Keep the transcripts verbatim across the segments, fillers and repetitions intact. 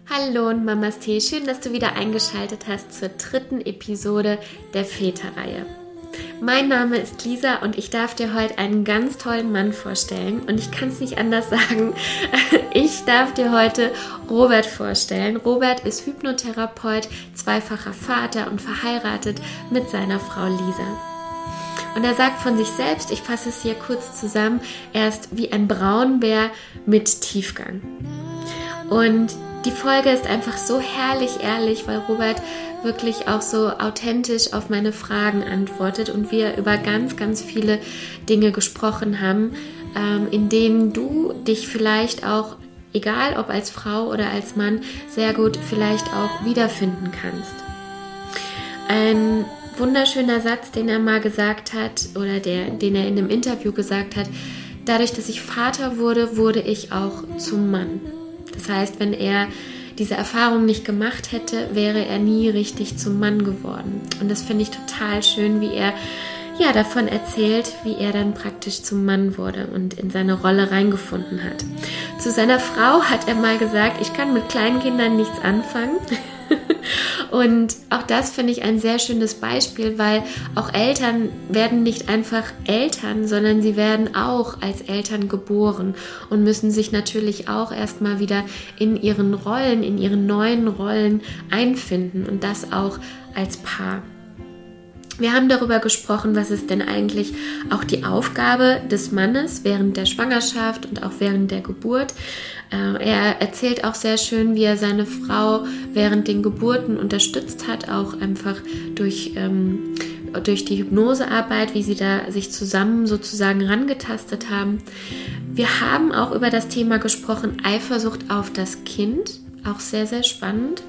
Hallo und Mamas Tee, schön, dass du wieder eingeschaltet hast zur dritten Episode der Väterreihe. Mein Name ist Lisa und ich darf dir heute einen ganz tollen Mann vorstellen und ich kann es nicht anders sagen. Ich darf dir heute Robert vorstellen. Robert ist Hypnotherapeut, zweifacher Vater und verheiratet mit seiner Frau Lisa. Und er sagt von sich selbst, ich fasse es hier kurz zusammen, er ist wie ein Braunbär mit Tiefgang. Und die Folge ist einfach so herrlich ehrlich, weil Robert wirklich auch so authentisch auf meine Fragen antwortet und wir über ganz, ganz viele Dinge gesprochen haben, ähm, in denen du dich vielleicht auch, egal ob als Frau oder als Mann, sehr gut vielleicht auch wiederfinden kannst. Ein wunderschöner Satz, den er mal gesagt hat oder der, den er in einem Interview gesagt hat: Dadurch, dass ich Vater wurde, wurde ich auch zum Mann. Das heißt, wenn er diese Erfahrung nicht gemacht hätte, wäre er nie richtig zum Mann geworden. Und das finde ich total schön, wie er ja davon erzählt, wie er dann praktisch zum Mann wurde und in seine Rolle reingefunden hat. Zu seiner Frau hat er mal gesagt, ich kann mit kleinen Kindern nichts anfangen. Und auch das finde ich ein sehr schönes Beispiel, weil auch Eltern werden nicht einfach Eltern, sondern sie werden auch als Eltern geboren und müssen sich natürlich auch erstmal wieder in ihren Rollen, in ihren neuen Rollen einfinden und das auch als Paar. Wir haben darüber gesprochen, was ist denn eigentlich auch die Aufgabe des Mannes während der Schwangerschaft und auch während der Geburt. Er erzählt auch sehr schön, wie er seine Frau während den Geburten unterstützt hat, auch einfach durch, ähm, durch die Hypnosearbeit, wie sie da sich zusammen sozusagen rangetastet haben. Wir haben auch über das Thema gesprochen, Eifersucht auf das Kind, auch sehr, sehr spannend.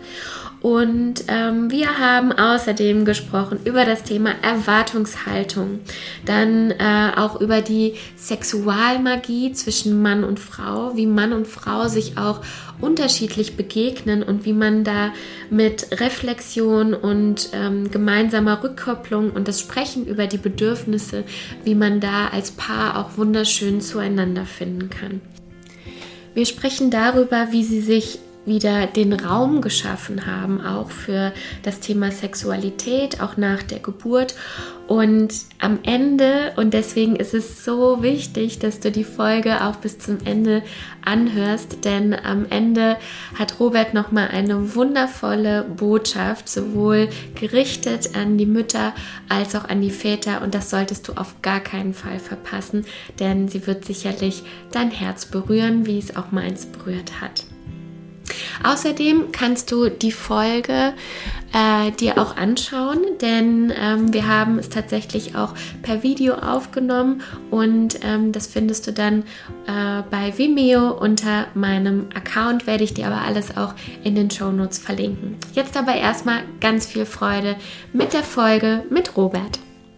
Und ähm, wir haben außerdem gesprochen über das Thema Erwartungshaltung, dann äh, auch über die Sexualmagie zwischen Mann und Frau, wie Mann und Frau sich auch unterschiedlich begegnen und wie man da mit Reflexion und ähm, gemeinsamer Rückkopplung und das Sprechen über die Bedürfnisse, wie man da als Paar auch wunderschön zueinander finden kann. Wir sprechen darüber, wie sie sich wieder den Raum geschaffen haben, auch für das Thema Sexualität, auch nach der Geburt. Und am Ende, und deswegen ist es so wichtig, dass du die Folge auch bis zum Ende anhörst, denn am Ende hat Robert nochmal eine wundervolle Botschaft, sowohl gerichtet an die Mütter als auch an die Väter, und das solltest du auf gar keinen Fall verpassen, denn sie wird sicherlich dein Herz berühren, wie es auch meins berührt hat. Außerdem kannst du die Folge äh, dir auch anschauen, denn ähm, wir haben es tatsächlich auch per Video aufgenommen und ähm, das findest du dann äh, bei Vimeo unter meinem Account, werde ich dir aber alles auch in den Shownotes verlinken. Jetzt aber erstmal ganz viel Freude mit der Folge mit Robert.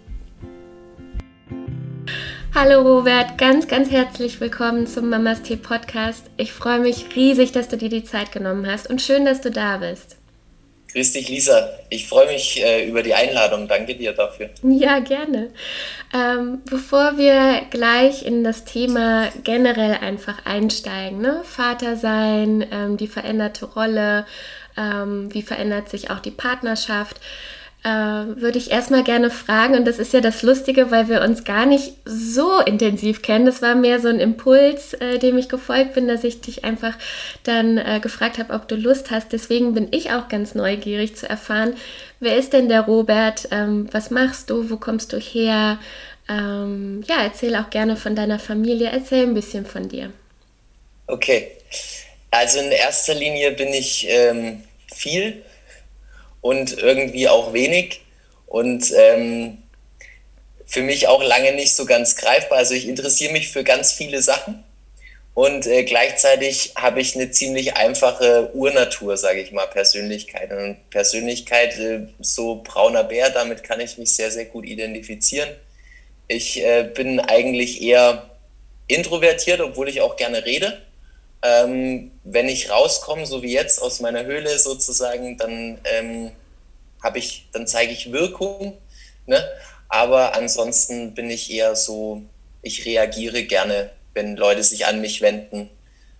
Hallo Robert, ganz, ganz herzlich willkommen zum Mamas Tee Podcast. Ich freue mich riesig, dass du dir die Zeit genommen hast und schön, dass du da bist. Grüß dich, Lisa. Ich freue mich äh, über die Einladung. Danke dir dafür. Ja, gerne. Ähm, bevor wir gleich in das Thema generell einfach einsteigen, ne? Vater sein, ähm, die veränderte Rolle, ähm, wie verändert sich auch die Partnerschaft, Äh, würde ich erstmal gerne fragen, und das ist ja das Lustige, weil wir uns gar nicht so intensiv kennen. Das war mehr so ein Impuls, äh, dem ich gefolgt bin, dass ich dich einfach dann äh, gefragt habe, ob du Lust hast. Deswegen bin ich auch ganz neugierig zu erfahren, wer ist denn der Robert? Ähm, was machst du? Wo kommst du her? Ähm, ja, erzähl auch gerne von deiner Familie. Erzähl ein bisschen von dir. Okay, also in erster Linie bin ich ähm, viel und irgendwie auch wenig und ähm, für mich auch lange nicht so ganz greifbar. Also ich interessiere mich für ganz viele Sachen und äh, gleichzeitig habe ich eine ziemlich einfache Urnatur, sage ich mal, Persönlichkeit. Und Persönlichkeit, äh, so brauner Bär, damit kann ich mich sehr, sehr gut identifizieren. Ich äh, bin eigentlich eher introvertiert, obwohl ich auch gerne rede. Ähm, wenn ich rauskomme, so wie jetzt aus meiner Höhle sozusagen, dann ähm, habe ich, dann zeige ich Wirkung, ne? Aber ansonsten bin ich eher so, ich reagiere gerne, wenn Leute sich an mich wenden.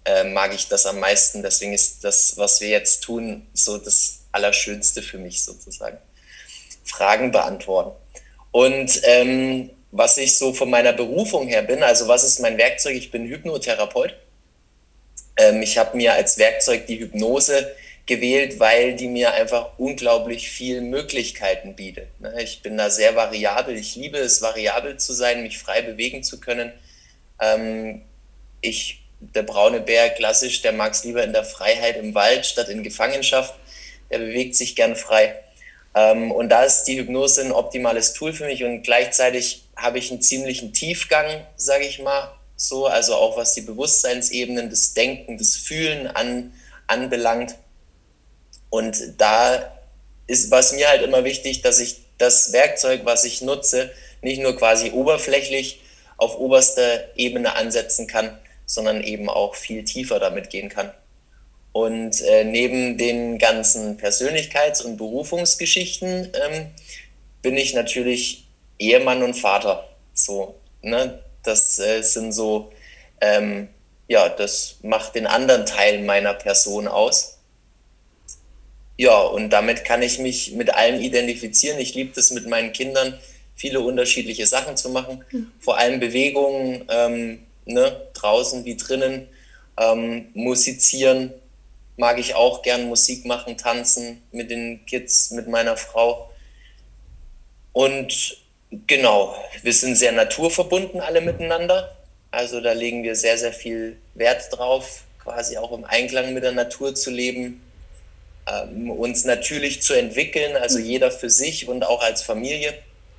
äh, mag ich das am meisten. Deswegen ist das, was wir jetzt tun, so das Allerschönste für mich sozusagen. Fragen beantworten. Und ähm, was ich so von meiner Berufung her bin, also was ist mein Werkzeug? Ich bin Hypnotherapeut. Ähm, ich habe mir als Werkzeug die Hypnose gewählt, weil die mir einfach unglaublich viele Möglichkeiten bietet. Ich bin da sehr variabel. Ich liebe es, variabel zu sein, mich frei bewegen zu können. Ähm, ich, der braune Bär, klassisch, der mag es lieber in der Freiheit im Wald statt in Gefangenschaft. Der bewegt sich gern frei. Ähm, und da ist die Hypnose ein optimales Tool für mich und gleichzeitig habe ich einen ziemlichen Tiefgang, sage ich mal so, also auch was die Bewusstseinsebenen, das Denken, das Fühlen an, anbelangt. Und da ist was mir halt immer wichtig, dass ich das Werkzeug, was ich nutze, nicht nur quasi oberflächlich auf oberster Ebene ansetzen kann, sondern eben auch viel tiefer damit gehen kann. Und äh, neben den ganzen Persönlichkeits- und Berufungsgeschichten ähm, bin ich natürlich Ehemann und Vater. So, ne? Das äh, sind so, ähm, ja, das macht den anderen Teil meiner Person aus. Ja, und damit kann ich mich mit allem identifizieren. Ich liebe es, mit meinen Kindern viele unterschiedliche Sachen zu machen. Mhm. Vor allem Bewegungen, ähm, ne, draußen wie drinnen, ähm, musizieren. Mag ich auch gern, Musik machen, tanzen mit den Kids, mit meiner Frau. Und genau, wir sind sehr naturverbunden alle miteinander. Also da legen wir sehr, sehr viel Wert drauf, quasi auch im Einklang mit der Natur zu leben, ähm, uns natürlich zu entwickeln, also jeder für sich und auch als Familie.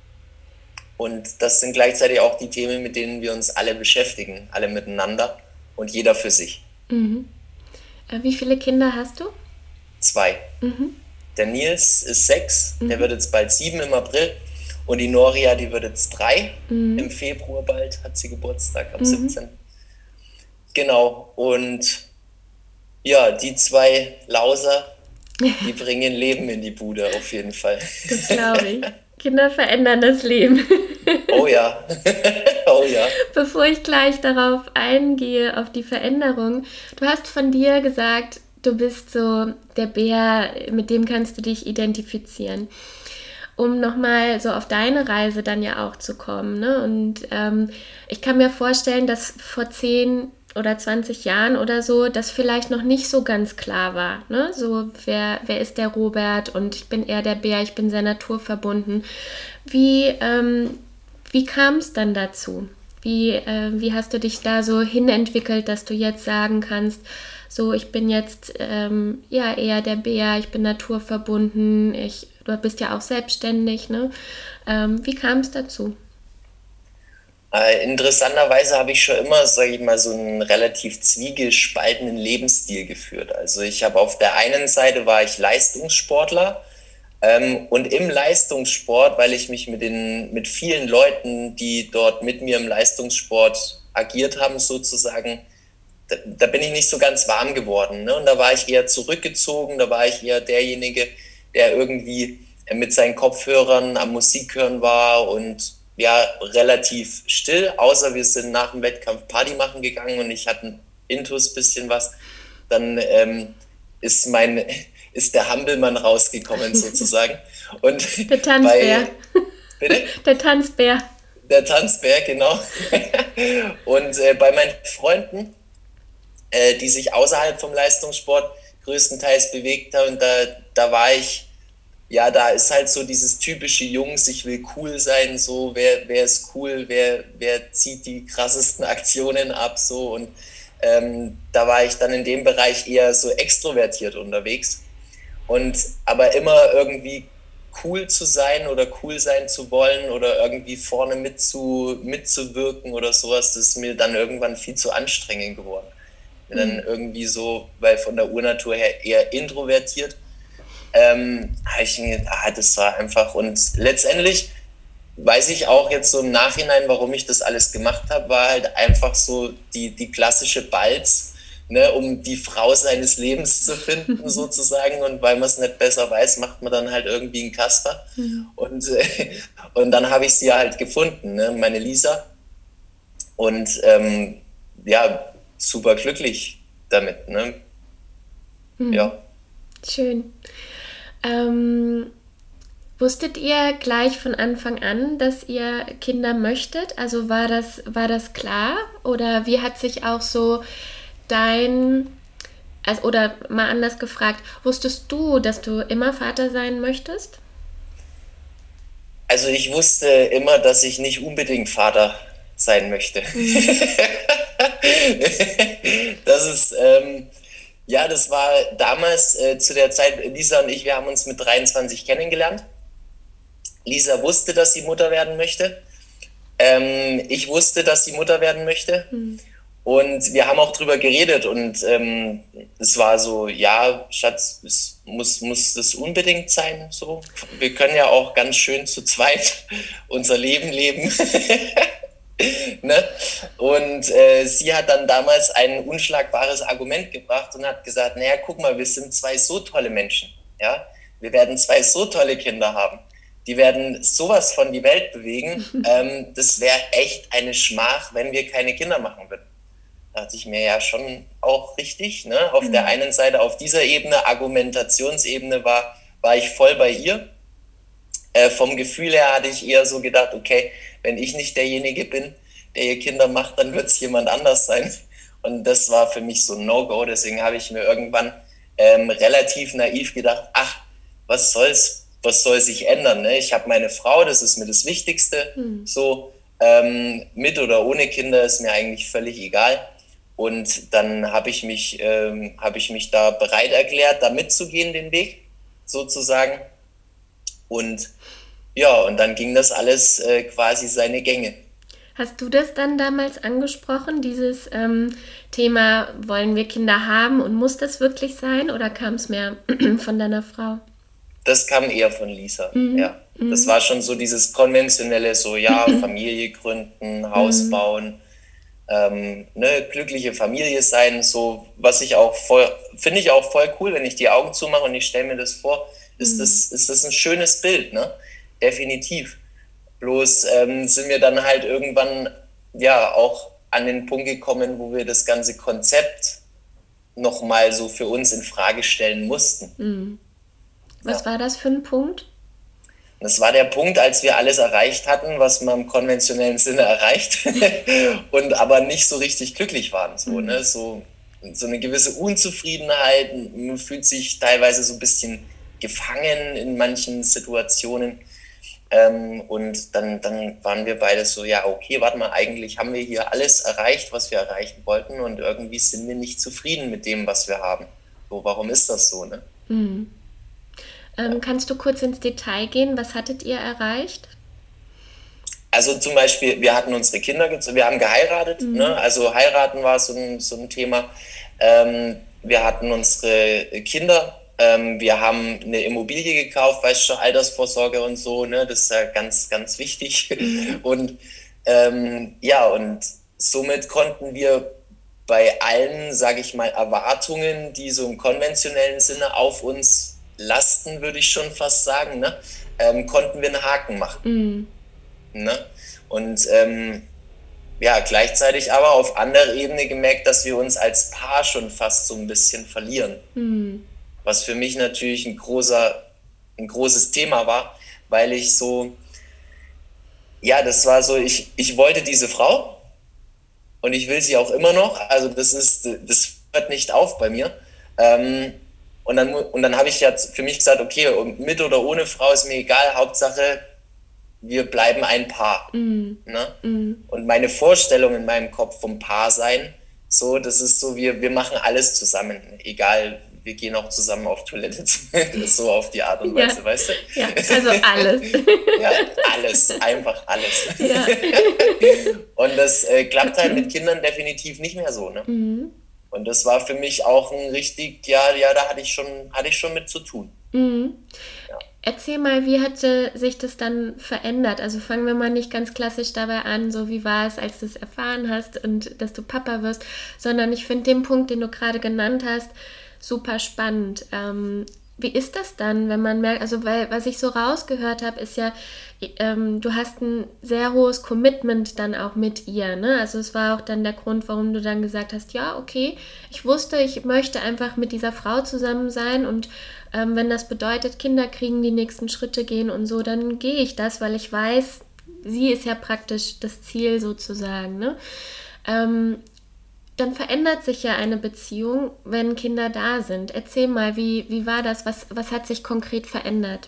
Und das sind gleichzeitig auch die Themen, mit denen wir uns alle beschäftigen, alle miteinander und jeder für sich. Mhm. Wie viele Kinder hast du? Zwei. Mhm. Der Nils ist sechs, mhm. der wird jetzt bald sieben im April. Und die Noria, die wird jetzt drei. Mhm. Im Februar bald, hat sie Geburtstag, am mhm. siebzehnten Genau, und ja, die zwei Lauser, die bringen Leben in die Bude auf jeden Fall. Das glaube ich. Kinder verändern das Leben. Oh ja, oh ja. Bevor ich gleich darauf eingehe, auf die Veränderung, du hast von dir gesagt, du bist so der Bär, mit dem kannst du dich identifizieren. Um nochmal so auf deine Reise dann ja auch zu kommen. Ne? Und ähm, ich kann mir vorstellen, dass vor zehn oder zwanzig Jahren oder so, das vielleicht noch nicht so ganz klar war. Ne? So, wer, wer ist der Robert? Und ich bin eher der Bär, ich bin sehr naturverbunden. Wie, ähm, wie kam es dann dazu? Wie, äh, wie hast du dich da so hinentwickelt, dass du jetzt sagen kannst, so, ich bin jetzt ähm, ja eher der Bär, ich bin naturverbunden, ich, du bist ja auch selbstständig, ne? Ähm, wie kam es dazu? Äh, interessanterweise habe ich schon immer, sage ich mal, so einen relativ zwiegespaltenen Lebensstil geführt. Also ich habe auf der einen Seite war ich Leistungssportler ähm, und im Leistungssport, weil ich mich mit den mit vielen Leuten, die dort mit mir im Leistungssport agiert haben, sozusagen, da, da bin ich nicht so ganz warm geworden. Ne? Und da war ich eher zurückgezogen, da war ich eher derjenige, der irgendwie mit seinen Kopfhörern am Musik hören war und ja, relativ still, außer wir sind nach dem Wettkampf Party machen gegangen und ich hatte ein Intus, bisschen was. Dann ähm, ist mein, ist der Hampelmann rausgekommen sozusagen. Und der Tanzbär. Bei, bitte? Der Tanzbär. Der Tanzbär, genau. Und äh, bei meinen Freunden, äh, die sich außerhalb vom Leistungssport größtenteils bewegt haben, da, da war ich, ja, da ist halt so dieses typische Jungs, ich will cool sein, so, wer, wer ist cool, wer, wer zieht die krassesten Aktionen ab, so, und ähm, da war ich dann in dem Bereich eher so extrovertiert unterwegs und aber immer irgendwie cool zu sein oder cool sein zu wollen oder irgendwie vorne mitzu, mitzuwirken oder sowas, das ist mir dann irgendwann viel zu anstrengend geworden. Bin dann irgendwie so, weil von der Urnatur her eher introvertiert, ähm, habe ich mir gedacht, ah, das war einfach, und letztendlich weiß ich auch jetzt so im Nachhinein, warum ich das alles gemacht habe, war halt einfach so die, die klassische Balz, ne, um die Frau seines Lebens zu finden sozusagen, und weil man es nicht besser weiß, macht man dann halt irgendwie einen Kasper. Mhm. Und, äh, und dann habe ich sie halt gefunden, ne, meine Lisa, und ähm, ja, super glücklich damit, ne? Mhm. Ja. Schön. Ähm, wusstet ihr gleich von Anfang an, dass ihr Kinder möchtet? Also war das, war das klar? Oder wie hat sich auch so dein, also, oder mal anders gefragt, wusstest du, dass du immer Vater sein möchtest? Also ich wusste immer, dass ich nicht unbedingt Vater sein möchte. Mhm. Das ist, ähm, ja, das war damals äh, zu der Zeit, Lisa und ich, wir haben uns mit dreiundzwanzig kennengelernt. Lisa wusste, dass sie Mutter werden möchte. Ähm, ich wusste, dass sie Mutter werden möchte. Mhm. Und wir haben auch drüber geredet und ähm, es war so, ja, Schatz, es muss, muss das unbedingt sein. So. Wir können ja auch ganz schön zu zweit unser Leben leben. Ne? Und äh, sie hat dann damals ein unschlagbares Argument gebracht und hat gesagt, naja, guck mal, wir sind zwei so tolle Menschen. Ja? Wir werden zwei so tolle Kinder haben. Die werden sowas von die Welt bewegen. Ähm, das wäre echt eine Schmach, wenn wir keine Kinder machen würden. Da dachte ich mir ja schon auch richtig. Ne? Auf mhm. der einen Seite, auf dieser Ebene, Argumentationsebene, war, war ich voll bei ihr. Äh, vom Gefühl her hatte ich eher so gedacht, okay, wenn ich nicht derjenige bin, der ihr Kinder macht, dann wird es jemand anders sein. Und das war für mich so ein No-Go. Deswegen habe ich mir irgendwann ähm, relativ naiv gedacht, ach, was soll's, was soll sich ändern? Ne? Ich habe meine Frau, das ist mir das Wichtigste. Mhm. So ähm, mit oder ohne Kinder ist mir eigentlich völlig egal. Und dann habe ich mich, ähm, habe ich mich da bereit erklärt, da mitzugehen, den Weg sozusagen. Und ja, und dann ging das alles äh, quasi seine Gänge. Hast du das dann damals angesprochen, dieses ähm, Thema, wollen wir Kinder haben und muss das wirklich sein, oder kam es mehr von deiner Frau? Das kam eher von Lisa, mhm. ja. Mhm. Das war schon so dieses konventionelle, so ja, Familie gründen, Haus mhm. bauen, ähm, ne, glückliche Familie sein, so, was ich auch voll, finde ich auch voll cool, wenn ich die Augen zumache und ich stelle mir das vor, ist, mhm. das, ist das ein schönes Bild, ne? Definitiv. Bloß ähm, sind wir dann halt irgendwann ja auch an den Punkt gekommen, wo wir das ganze Konzept nochmal so für uns in Frage stellen mussten. Mhm. Was ja. war das für ein Punkt? Das war der Punkt, als wir alles erreicht hatten, was man im konventionellen Sinne erreicht und aber nicht so richtig glücklich waren. So, mhm. ne? so, so eine gewisse Unzufriedenheit, man fühlt sich teilweise so ein bisschen gefangen in manchen Situationen. Ähm, und dann, dann waren wir beide so, ja, okay, warte mal, eigentlich haben wir hier alles erreicht, was wir erreichen wollten, und irgendwie sind wir nicht zufrieden mit dem, was wir haben. So, warum ist das so, ne? Mhm. Ähm, ja. Kannst du kurz ins Detail gehen? Was hattet ihr erreicht? Also zum Beispiel, wir hatten unsere Kinder, wir haben geheiratet, mhm. ne? Also heiraten war so ein, so ein Thema. Ähm, wir hatten unsere Kinder. Ähm, wir haben eine Immobilie gekauft, weißt du, Altersvorsorge und so, ne, das ist ja ganz, ganz wichtig. Mhm. Und ähm, ja, und somit konnten wir bei allen, sage ich mal, Erwartungen, die so im konventionellen Sinne auf uns lasten, würde ich schon fast sagen, ne, ähm, konnten wir einen Haken machen. Mhm. Ne? Und ähm, ja, gleichzeitig aber auf anderer Ebene gemerkt, dass wir uns als Paar schon fast so ein bisschen verlieren. Mhm. Was für mich natürlich ein großer, ein großes Thema war, weil ich so, ja, das war so, ich, ich wollte diese Frau und ich will sie auch immer noch, also das ist, das hört nicht auf bei mir. Ähm, und dann, und dann habe ich ja für mich gesagt, okay, mit oder ohne Frau ist mir egal, Hauptsache, wir bleiben ein Paar. Mm. Ne? Mm. Und meine Vorstellung in meinem Kopf vom Paarsein, so, das ist so, wir, wir machen alles zusammen, egal, wir gehen auch zusammen auf Toilette, so auf die Art und Weise, ja. Weißt du? Ja, also alles. Ja, alles, einfach alles. Ja. Und das äh, klappt halt mit Kindern definitiv nicht mehr so, ne? Mhm. Und das war für mich auch ein richtig, ja, ja, da hatte ich schon, hatte ich schon mit zu tun. Mhm. Ja. Erzähl mal, wie hatte sich das dann verändert? Also fangen wir mal nicht ganz klassisch dabei an, so wie war es, als du es erfahren hast und dass du Papa wirst, sondern ich finde den Punkt, den du gerade genannt hast, super spannend. Ähm, wie ist das dann, wenn man merkt, also weil was ich so rausgehört habe, ist ja, ähm, du hast ein sehr hohes Commitment dann auch mit ihr, ne? Also es war auch dann der Grund, warum du dann gesagt hast, ja, okay, ich wusste, ich möchte einfach mit dieser Frau zusammen sein und ähm, wenn das bedeutet, Kinder kriegen, die nächsten Schritte gehen und so, dann gehe ich das, weil ich weiß, sie ist ja praktisch das Ziel sozusagen, ne? Ähm, dann verändert sich ja eine Beziehung, wenn Kinder da sind. Erzähl mal, wie, wie war das? Was, was hat sich konkret verändert?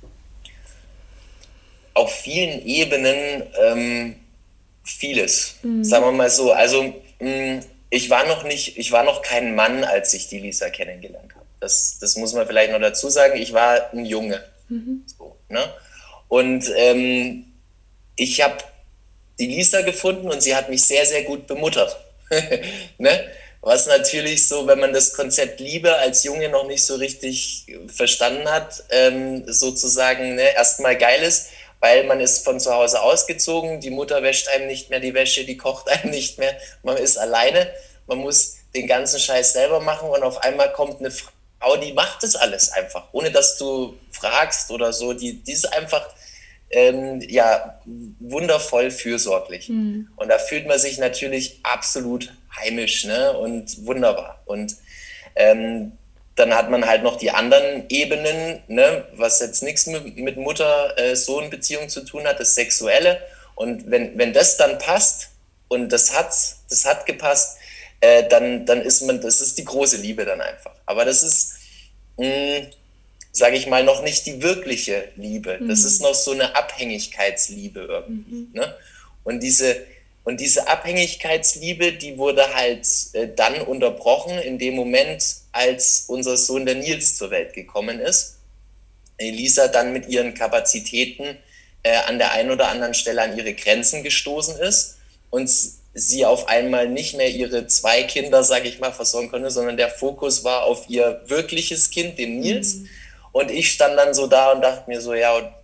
Auf vielen Ebenen ähm, vieles, mhm. sagen wir mal so. Also mh, ich war noch nicht, ich war noch kein Mann, als ich die Lisa kennengelernt habe. Das, das muss man vielleicht noch dazu sagen. Ich war ein Junge. Mhm. So, ne? Und ähm, ich habe die Lisa gefunden und sie hat mich sehr, sehr gut bemuttert. Ne? Was natürlich so, wenn man das Konzept Liebe als Junge noch nicht so richtig verstanden hat, ähm, sozusagen ne, erstmal geil ist, weil man ist von zu Hause ausgezogen, die Mutter wäscht einem nicht mehr die Wäsche, die kocht einem nicht mehr, man ist alleine, man muss den ganzen Scheiß selber machen und auf einmal kommt eine Frau, die macht das alles einfach, ohne dass du fragst oder so, die, die ist einfach ähm, ja, wundervoll fürsorglich. Mhm. Und da fühlt man sich natürlich absolut heimisch, ne, und wunderbar. Und ähm, dann hat man halt noch die anderen Ebenen, ne, was jetzt nichts mit, mit Mutter-Sohn-Beziehung zu tun hat, das Sexuelle. Und wenn, wenn das dann passt und das hat, das hat gepasst, äh, dann, dann ist man, das ist die große Liebe dann einfach. Aber das ist, mh, sage ich mal, noch nicht die wirkliche Liebe. Das mhm. ist noch so eine Abhängigkeitsliebe irgendwie. Mhm. Ne? Und diese Und diese Abhängigkeitsliebe, die wurde halt äh, dann unterbrochen in dem Moment, als unser Sohn der Nils zur Welt gekommen ist. Lisa dann mit ihren Kapazitäten äh, an der einen oder anderen Stelle an ihre Grenzen gestoßen ist und sie auf einmal nicht mehr ihre zwei Kinder, sage ich mal, versorgen konnte, sondern der Fokus war auf ihr wirkliches Kind, den Nils. Mhm. Und ich stand dann so da und dachte mir so, ja, und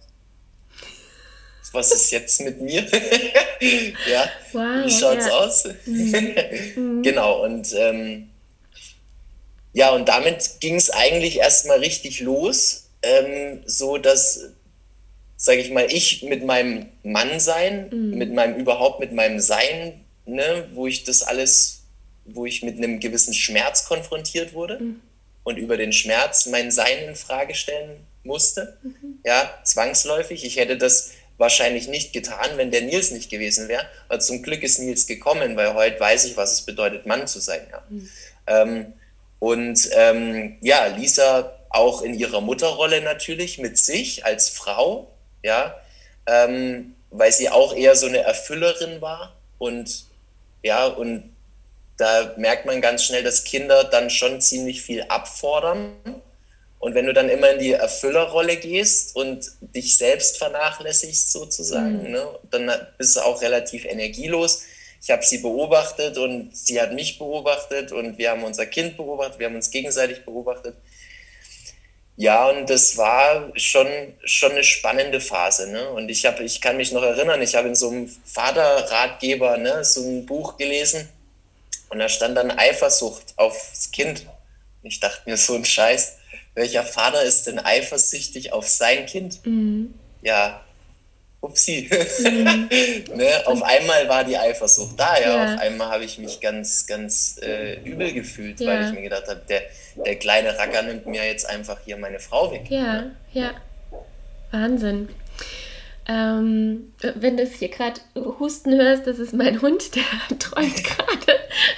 was ist jetzt mit mir? Ja, wow, wie schaut's ja. aus? Mhm. Genau, und ähm, ja, und damit ging es eigentlich erstmal richtig los, ähm, so dass, sage ich mal, ich mit meinem Mannsein, mhm. mit meinem überhaupt mit meinem Sein, ne, wo ich das alles, wo ich mit einem gewissen Schmerz konfrontiert wurde mhm. und über den Schmerz mein Sein in Frage stellen musste, mhm. ja, zwangsläufig. Ich hätte das wahrscheinlich nicht getan, wenn der Nils nicht gewesen wäre. Aber zum Glück ist Nils gekommen, weil heute weiß ich, was es bedeutet, Mann zu sein. Ja. Mhm. Ähm, und ähm, ja, Lisa auch in ihrer Mutterrolle natürlich mit sich als Frau, ja, ähm, weil sie auch eher so eine Erfüllerin war. Und ja, und da merkt man ganz schnell, dass Kinder dann schon ziemlich viel abfordern. Und wenn du dann immer in die Erfüllerrolle gehst und dich selbst vernachlässigst sozusagen, mhm. ne, dann bist du auch relativ energielos. Ich habe sie beobachtet und sie hat mich beobachtet und wir haben unser Kind beobachtet, wir haben uns gegenseitig beobachtet. Ja, und das war schon, schon eine spannende Phase. Ne? Und ich, hab, ich kann mich noch erinnern, ich habe in so einem Vaterratgeber ne, so ein Buch gelesen und da stand dann Eifersucht aufs Kind. Und ich dachte mir, so ein Scheiß. Welcher Vater ist denn eifersüchtig auf sein Kind? Mhm. Ja, upsi. Mhm. Ne? Auf einmal war die Eifersucht da, ja. ja. Auf einmal habe ich mich ganz, ganz äh, übel gefühlt, ja. weil ich mir gedacht habe, der, der kleine Racker nimmt mir jetzt einfach hier meine Frau weg. Ja, ne? ja. Wahnsinn. Ähm, wenn du es hier gerade husten hörst, das ist mein Hund, der träumt gerade.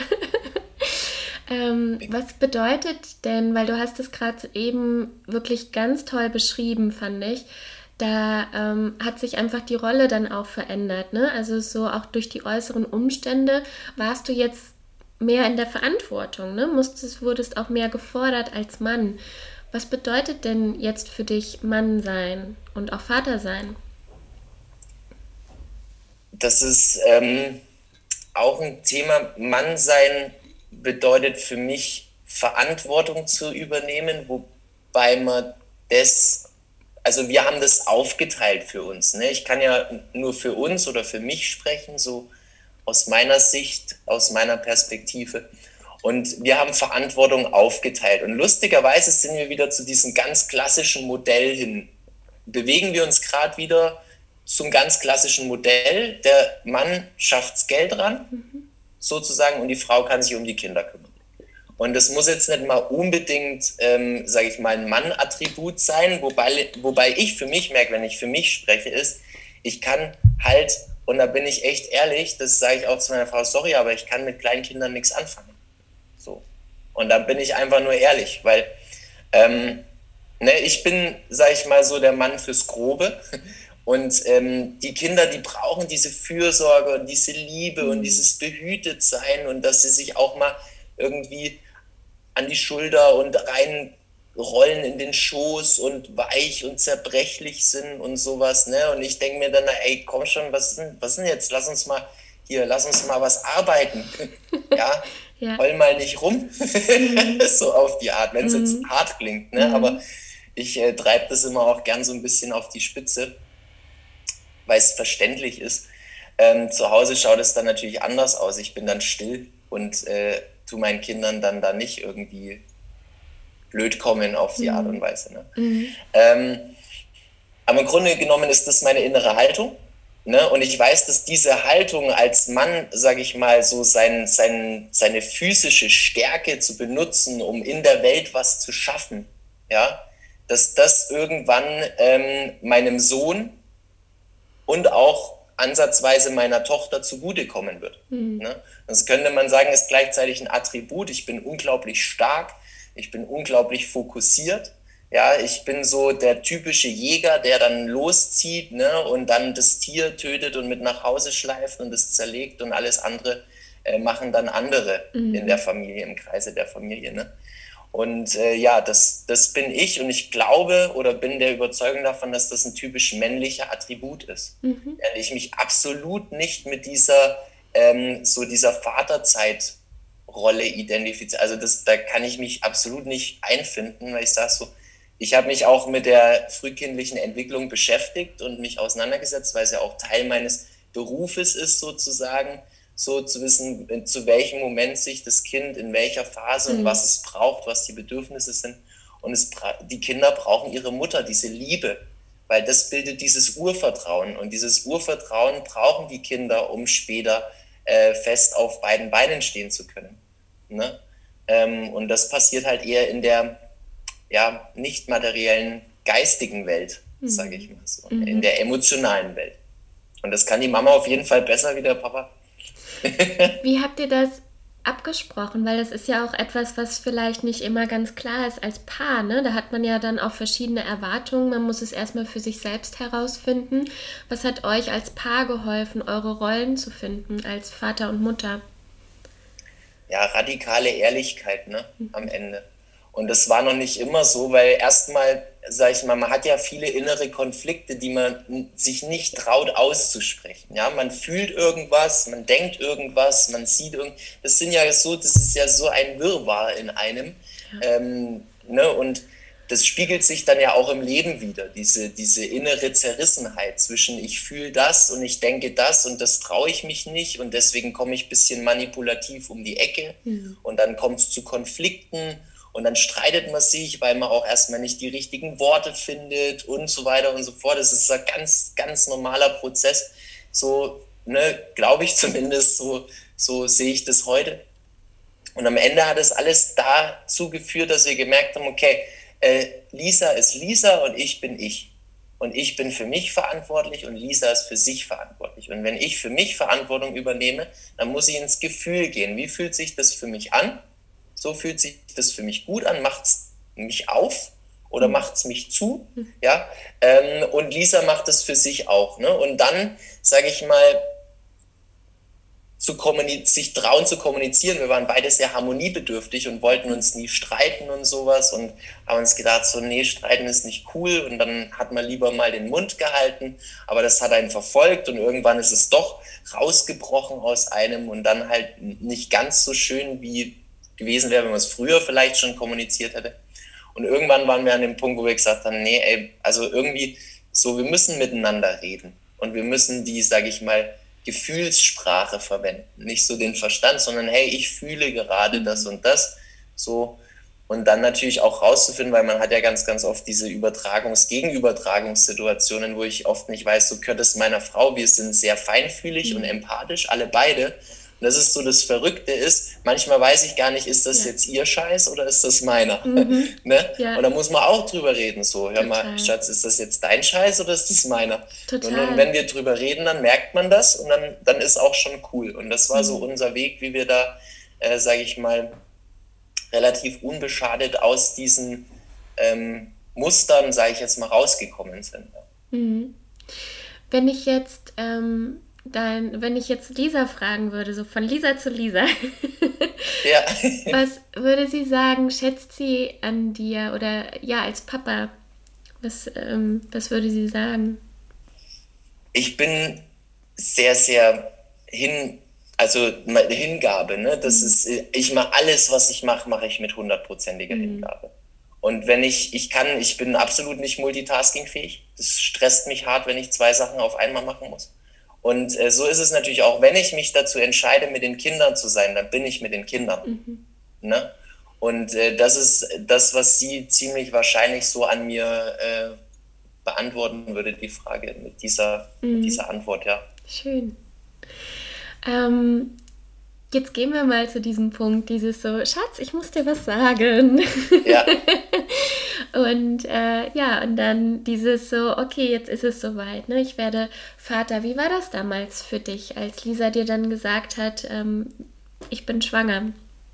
Ähm, was bedeutet denn, weil du hast es gerade eben wirklich ganz toll beschrieben, fand ich, da ähm, hat sich einfach die Rolle dann auch verändert, ne? Also so auch durch die äußeren Umstände warst du jetzt mehr in der Verantwortung, ne? Musstest, wurdest auch mehr gefordert als Mann. Was bedeutet denn jetzt für dich Mann sein und auch Vater sein? Das ist ähm, auch ein Thema, Mann sein bedeutet für mich, Verantwortung zu übernehmen, wobei man das, also wir haben das aufgeteilt für uns. Ne? Ich kann ja nur für uns oder für mich sprechen, so aus meiner Sicht, aus meiner Perspektive. Und wir haben Verantwortung aufgeteilt. Und lustigerweise sind wir wieder zu diesem ganz klassischen Modell hin. Bewegen wir uns gerade wieder zum ganz klassischen Modell. Der Mann schafft's Geld ran, mhm. sozusagen, und die Frau kann sich um die Kinder kümmern. Und das muss jetzt nicht mal unbedingt, ähm, sage ich mal, ein Mann-Attribut sein, wobei, wobei ich für mich merke, wenn ich für mich spreche, ist, ich kann halt, und da bin ich echt ehrlich, das sage ich auch zu meiner Frau, sorry, aber ich kann mit kleinen Kindern nichts anfangen. So. Und da bin ich einfach nur ehrlich, weil ähm, ne, ich bin, sage ich mal, so der Mann fürs Grobe. Und ähm, die Kinder, die brauchen diese Fürsorge und diese Liebe mhm. und dieses Behütetsein und dass sie sich auch mal irgendwie an die Schulter und reinrollen in den Schoß und weich und zerbrechlich sind und sowas, ne? Und ich denke mir dann, ey, komm schon, was ist denn, was ist denn jetzt? Lass uns mal hier, lass uns mal was arbeiten. Ja, ja. Heul mal nicht rum. So auf die Art, wenn es mhm. jetzt hart klingt, ne? Mhm. Aber ich äh, treibe das immer auch gern so ein bisschen auf die Spitze, weil es verständlich ist. Ähm, zu Hause schaut es dann natürlich anders aus. Ich bin dann still und äh, tu meinen Kindern dann da nicht irgendwie blöd kommen auf die mhm. Art und Weise. Ne? Mhm. Ähm, aber im Grunde genommen ist das meine innere Haltung. Ne? Und ich weiß, dass diese Haltung als Mann, sage ich mal, so sein, sein, seine physische Stärke zu benutzen, um in der Welt was zu schaffen, ja, dass das irgendwann ähm, meinem Sohn und auch ansatzweise meiner Tochter zugutekommen wird. Mhm. Ne? Das könnte man sagen, ist gleichzeitig ein Attribut. Ich bin unglaublich stark, ich bin unglaublich fokussiert. Ja, ich bin so der typische Jäger, der dann loszieht, ne, und dann das Tier tötet und mit nach Hause schleift und es zerlegt und alles andere äh, machen dann andere mhm. in der Familie, im Kreise der Familie. Ne? Und äh, ja, das, das bin ich und ich glaube oder bin der Überzeugung davon, dass das ein typisch männlicher Attribut ist. Mhm. Weil ich mich absolut nicht mit dieser, ähm, so dieser Vaterzeitrolle identifiziere. Also das, da kann ich mich absolut nicht einfinden, weil ich sage so, ich habe mich auch mit der frühkindlichen Entwicklung beschäftigt und mich auseinandergesetzt, weil es ja auch Teil meines Berufes ist sozusagen, so zu wissen, zu welchem Moment sich das Kind in welcher Phase mhm. und was es braucht, was die Bedürfnisse sind. Und es, die Kinder brauchen ihre Mutter, diese Liebe, weil das bildet dieses Urvertrauen. Und dieses Urvertrauen brauchen die Kinder, um später äh, fest auf beiden Beinen stehen zu können. Ne? Ähm, und das passiert halt eher in der ja, nicht materiellen, geistigen Welt, mhm. sage ich mal so, mhm. in der emotionalen Welt. Und das kann die Mama auf jeden Fall besser wie der Papa. Wie habt ihr das abgesprochen? Weil das ist ja auch etwas, was vielleicht nicht immer ganz klar ist als Paar, ne? Da hat man ja dann auch verschiedene Erwartungen. Man muss es erstmal für sich selbst herausfinden. Was hat euch als Paar geholfen, eure Rollen zu finden als Vater und Mutter? Ja, radikale Ehrlichkeit, ne? Mhm. Am Ende. Und das war noch nicht immer so, weil erstmal, sag ich mal, man hat ja viele innere Konflikte, die man sich nicht traut auszusprechen. Ja, man fühlt irgendwas, man denkt irgendwas, man sieht irgendwas. Das sind ja so, das ist ja so ein Wirrwarr in einem. Ja. Ähm, ne? Und das spiegelt sich dann ja auch im Leben wieder, diese, diese innere Zerrissenheit zwischen ich fühle das und ich denke das und das traue ich mich nicht und deswegen komme ich ein bisschen manipulativ um die Ecke mhm. und dann kommt es zu Konflikten. Und dann streitet man sich, weil man auch erstmal nicht die richtigen Worte findet und so weiter und so fort. Das ist ein ganz, ganz normaler Prozess. So, ne, glaube ich zumindest, so, so sehe ich das heute. Und am Ende hat es alles dazu geführt, dass wir gemerkt haben, okay, äh, Lisa ist Lisa und ich bin ich. Und ich bin für mich verantwortlich und Lisa ist für sich verantwortlich. Und wenn ich für mich Verantwortung übernehme, dann muss ich ins Gefühl gehen. Wie fühlt sich das für mich an? So fühlt sich das für mich gut an, macht es mich auf oder macht es mich zu, ja, ähm, und Lisa macht es für sich auch, ne? Und dann, sage ich mal, zu kommuniz- sich trauen zu kommunizieren, wir waren beide sehr harmoniebedürftig und wollten uns nie streiten und sowas und haben uns gedacht, so, nee, streiten ist nicht cool und dann hat man lieber mal den Mund gehalten, aber das hat einen verfolgt und irgendwann ist es doch rausgebrochen aus einem und dann halt nicht ganz so schön, wie gewesen wäre, wenn man es früher vielleicht schon kommuniziert hätte. Und irgendwann waren wir an dem Punkt, wo wir gesagt haben, nee, ey, also irgendwie so, wir müssen miteinander reden und wir müssen die, sage ich mal, Gefühlssprache verwenden. Nicht so den Verstand, sondern hey, ich fühle gerade das und das. So. Und dann natürlich auch rauszufinden, weil man hat ja ganz, ganz oft diese Übertragungs-, Gegenübertragungssituationen, wo ich oft nicht weiß, so gehört es meiner Frau, wir sind sehr feinfühlig mhm. und empathisch, alle beide. Und das ist so das Verrückte ist, manchmal weiß ich gar nicht, ist das ja. jetzt ihr Scheiß oder ist das meiner? Mhm. ne? ja. Und da muss man auch drüber reden, so, hör Total. mal, Schatz, ist das jetzt dein Scheiß oder ist das meiner? Total. Und, und wenn wir drüber reden, dann merkt man das und dann, dann ist auch schon cool. Und das war mhm. so unser Weg, wie wir da, äh, sage ich mal, relativ unbeschadet aus diesen ähm, Mustern, sage ich jetzt mal, rausgekommen sind. Mhm. Wenn ich jetzt ähm, dein, wenn ich jetzt Lisa fragen würde, so von Lisa zu Lisa, ja. was würde sie sagen, schätzt sie an dir oder ja, als Papa, was, ähm, was würde sie sagen? Ich bin sehr, sehr hin Also meine Hingabe, ne? Das mhm. ist, ich mache alles, was ich mache, mache ich mit hundertprozentiger mhm. Hingabe. Und wenn ich, ich kann, ich bin absolut nicht multitaskingfähig. Das stresst mich hart, wenn ich zwei Sachen auf einmal machen muss. Und äh, so ist es natürlich auch, wenn ich mich dazu entscheide, mit den Kindern zu sein, dann bin ich mit den Kindern. Mhm. Ne? Und äh, das ist das, was sie ziemlich wahrscheinlich so an mir äh, beantworten würde, die Frage mit dieser, mhm. mit dieser Antwort, ja. Schön. Ähm, jetzt gehen wir mal zu diesem Punkt, dieses so, Schatz, ich muss dir was sagen. Ja. und äh, ja, und dann dieses so, okay, jetzt ist es soweit, ne? Ich werde Vater. Wie war das damals für dich, als Lisa dir dann gesagt hat, ähm, ich bin schwanger?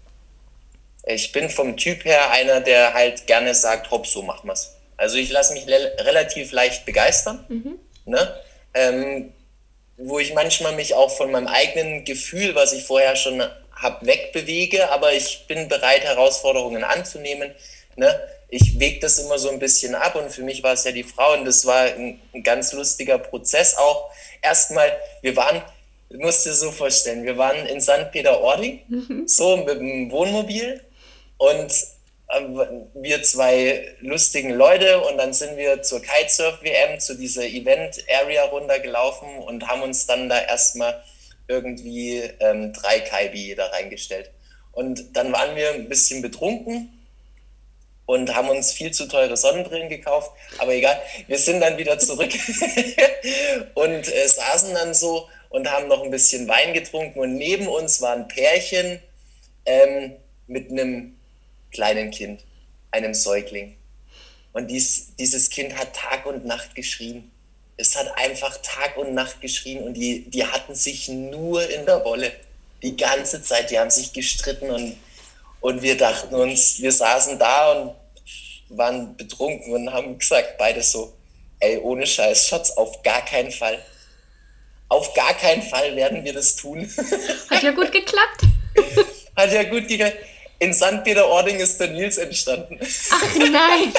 Ich bin vom Typ her einer, der halt gerne sagt, hopp, so machen wir's. Also ich lasse mich le- relativ leicht begeistern, mhm. ne? Ähm, wo ich manchmal mich auch von meinem eigenen Gefühl, was ich vorher schon habe, wegbewege, aber ich bin bereit, Herausforderungen anzunehmen. Ne? Ich wege das immer so ein bisschen ab und für mich war es ja die Frau und das war ein, ein ganz lustiger Prozess auch. Erstmal, wir waren, du musst dir so vorstellen, wir waren in Sankt Peter-Ording, mhm. so mit dem Wohnmobil und wir zwei lustigen Leute und dann sind wir zur Kitesurf-W M, zu dieser Event-Area runtergelaufen und haben uns dann da erstmal irgendwie ähm, drei Kaibi jeder reingestellt. Und dann waren wir ein bisschen betrunken und haben uns viel zu teure Sonnenbrillen gekauft, aber egal, wir sind dann wieder zurück und äh, saßen dann so und haben noch ein bisschen Wein getrunken und neben uns war ein Pärchen ähm, mit einem kleinen Kind, einem Säugling. Und dies, dieses Kind hat Tag und Nacht geschrien. Es hat einfach Tag und Nacht geschrien und die, die hatten sich nur in der Wolle. Die ganze Zeit, die haben sich gestritten und, und wir dachten uns, wir saßen da und waren betrunken und haben gesagt, beide so, ey, ohne Scheiß, Schatz, auf gar keinen Fall. Auf gar keinen Fall werden wir das tun. Hat ja gut geklappt. Hat ja gut geklappt. In Sankt Peter-Ording ist der Nils entstanden. Ach nein.